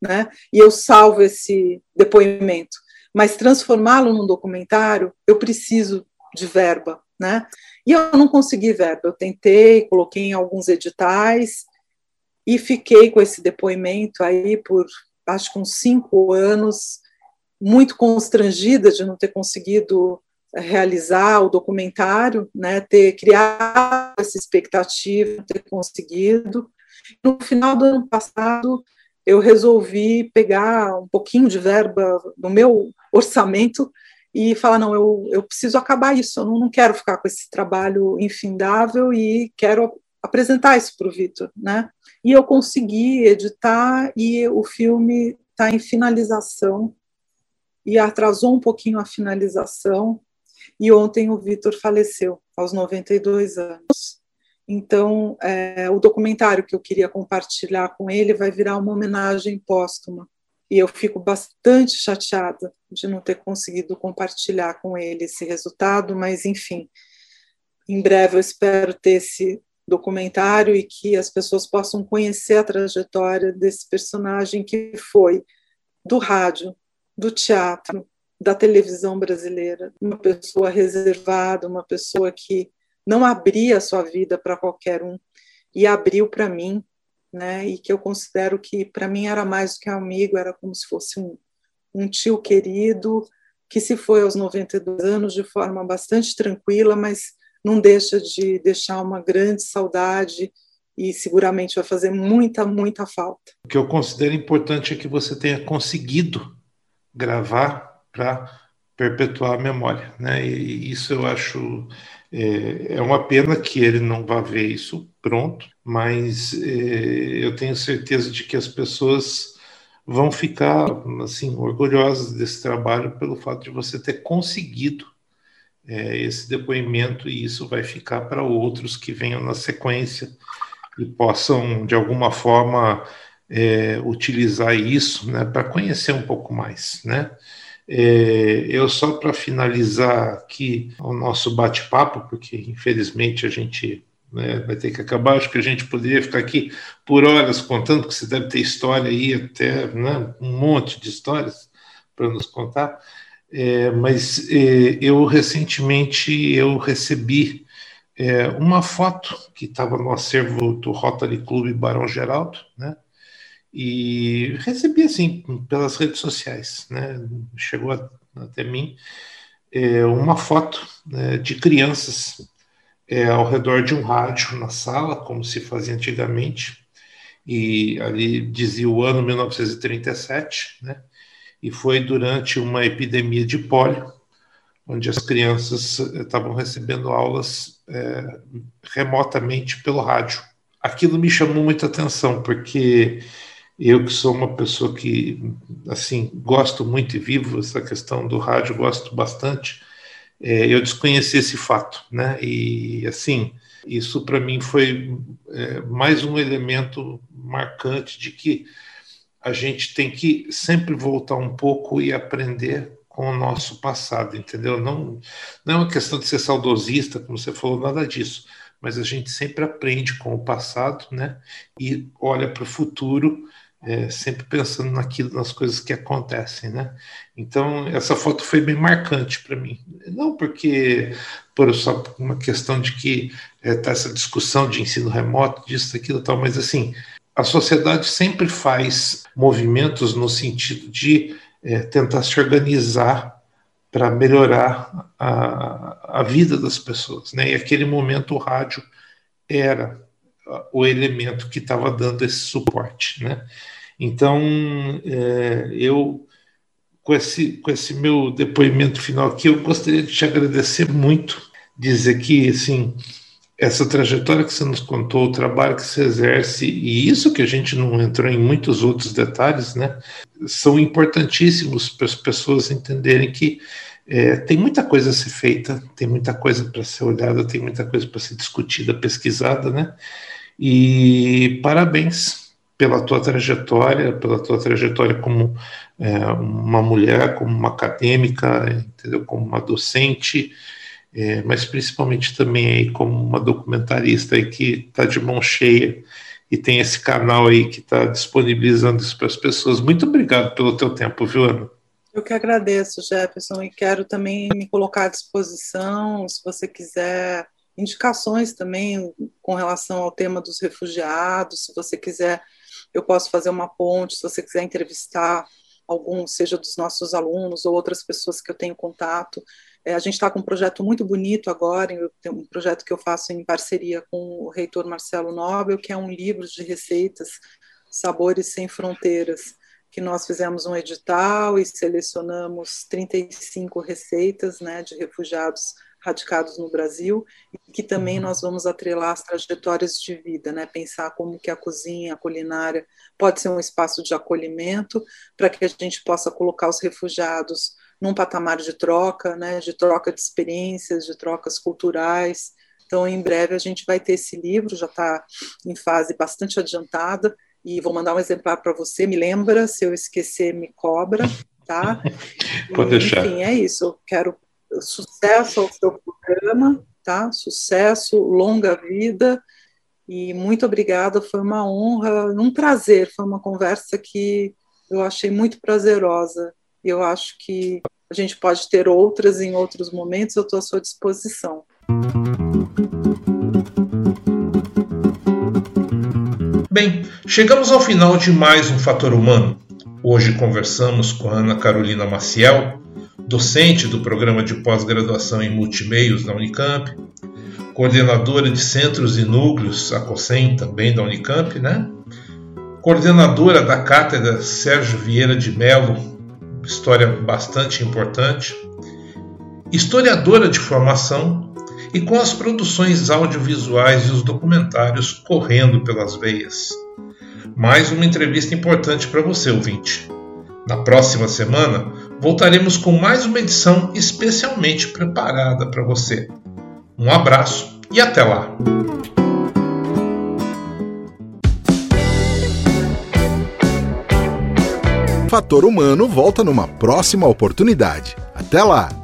né? E eu salvo esse depoimento. Mas transformá-lo num documentário, eu preciso de verba, né? E eu não consegui verba. Eu tentei, coloquei em alguns editais e fiquei com esse depoimento aí por, acho que uns 5 anos, muito constrangida de não ter conseguido realizar o documentário, né, ter criado essa expectativa, ter conseguido. No final do ano passado, eu resolvi pegar um pouquinho de verba no meu orçamento e falar, não, eu preciso acabar isso, eu não quero ficar com esse trabalho infindável e quero apresentar isso para o Vitor, né? E eu consegui editar e o filme está em finalização e atrasou um pouquinho a finalização e ontem o Vitor faleceu aos 92 anos. Então, o documentário que eu queria compartilhar com ele vai virar uma homenagem póstuma. E eu fico bastante chateada de não ter conseguido compartilhar com ele esse resultado, mas, enfim, em breve eu espero ter esse documentário e que as pessoas possam conhecer a trajetória desse personagem que foi do rádio, do teatro, da televisão brasileira, uma pessoa reservada, uma pessoa que não abria a sua vida para qualquer um e abriu para mim, né? E que eu considero que para mim era mais do que um amigo, era como se fosse um tio querido que se foi aos 92 anos de forma bastante tranquila, mas não deixa de deixar uma grande saudade e seguramente vai fazer muita, muita falta. O que eu considero importante é que você tenha conseguido gravar para perpetuar a memória, né? E isso eu acho é uma pena que ele não vá ver isso pronto, mas eu tenho certeza de que as pessoas vão ficar assim orgulhosas desse trabalho pelo fato de você ter conseguido esse depoimento, e isso vai ficar para outros que venham na sequência e possam de alguma forma utilizar isso, né, para conhecer um pouco mais, né? Eu só para finalizar aqui o nosso bate-papo, porque infelizmente a gente vai ter que acabar, acho que a gente poderia ficar aqui por horas contando, porque você deve ter história aí até, né, um monte de histórias para nos contar, mas eu recentemente eu recebi uma foto que estava no acervo do Rotary Clube Barão Geraldo, né? E recebi assim pelas redes sociais, né? Chegou até mim uma foto, né, de crianças ao redor de um rádio na sala, como se fazia antigamente, e ali dizia o ano 1937, né? E foi durante uma epidemia de pólio, onde as crianças estavam recebendo aulas remotamente pelo rádio. Aquilo me chamou muita atenção, porque eu que sou uma pessoa que, assim, gosto muito e vivo essa questão do rádio, gosto bastante, eu desconheci esse fato, né? E, assim, isso para mim foi mais um elemento marcante de que a gente tem que sempre voltar um pouco e aprender com o nosso passado, entendeu? Não é uma questão de ser saudosista, como você falou, nada disso, mas a gente sempre aprende com o passado, né? E olha para o futuro, sempre pensando nas coisas que acontecem, né? Então, essa foto foi bem marcante para mim. Não porque só uma questão de que tá essa discussão de ensino remoto, disso, daquilo e tal, mas assim, a sociedade sempre faz movimentos no sentido de tentar se organizar para melhorar a vida das pessoas, né? E aquele momento o rádio era o elemento que estava dando esse suporte, né? Então, eu, com esse meu depoimento final aqui, eu gostaria de te agradecer muito, dizer que, assim, essa trajetória que você nos contou, o trabalho que você exerce, e isso que a gente não entrou em muitos outros detalhes, né, são importantíssimos para as pessoas entenderem que tem muita coisa a ser feita, tem muita coisa para ser olhada, tem muita coisa para ser discutida, pesquisada, né? E parabéns pela tua trajetória como uma mulher, como uma acadêmica, entendeu? Como uma docente, mas principalmente também aí como uma documentarista aí que está de mão cheia e tem esse canal aí que está disponibilizando isso para as pessoas. Muito obrigado pelo teu tempo, viu, Ana? Eu que agradeço, Jefferson, e quero também me colocar à disposição, se você quiser indicações também com relação ao tema dos refugiados, se você quiser, eu posso fazer uma ponte, se você quiser entrevistar algum, seja dos nossos alunos ou outras pessoas que eu tenho contato. A gente está com um projeto muito bonito agora, um projeto que eu faço em parceria com o reitor Marcelo Nobel, que é um livro de receitas, Sabores Sem Fronteiras, que nós fizemos um edital e selecionamos 35 receitas, né, de refugiados radicados no Brasil, e que também nós vamos atrelar as trajetórias de vida, né, pensar como que a cozinha, a culinária pode ser um espaço de acolhimento para que a gente possa colocar os refugiados num patamar de troca, né, de troca de experiências, de trocas culturais. Então, em breve a gente vai ter esse livro, já está em fase bastante adiantada, e vou mandar um exemplar para você, me lembra, se eu esquecer, me cobra, tá? Pode deixar. Enfim, é isso, eu quero sucesso ao seu programa, tá? Sucesso, longa vida, e muito obrigada, foi uma honra, um prazer, foi uma conversa que eu achei muito prazerosa, e eu acho que a gente pode ter outras em outros momentos, eu estou à sua disposição. Bem, chegamos ao final de mais um Fator Humano. Hoje conversamos com a Ana Carolina Maciel, docente do programa de pós-graduação em multimeios da Unicamp, coordenadora de centros e núcleos, a COSEM, também da Unicamp, né? Coordenadora da cátedra Sérgio Vieira de Mello, história bastante importante, historiadora de formação e com as produções audiovisuais e os documentários correndo pelas veias. Mais uma entrevista importante para você, ouvinte. Na próxima semana, voltaremos com mais uma edição especialmente preparada para você. Um abraço e até lá! Fator Humano volta numa próxima oportunidade. Até lá!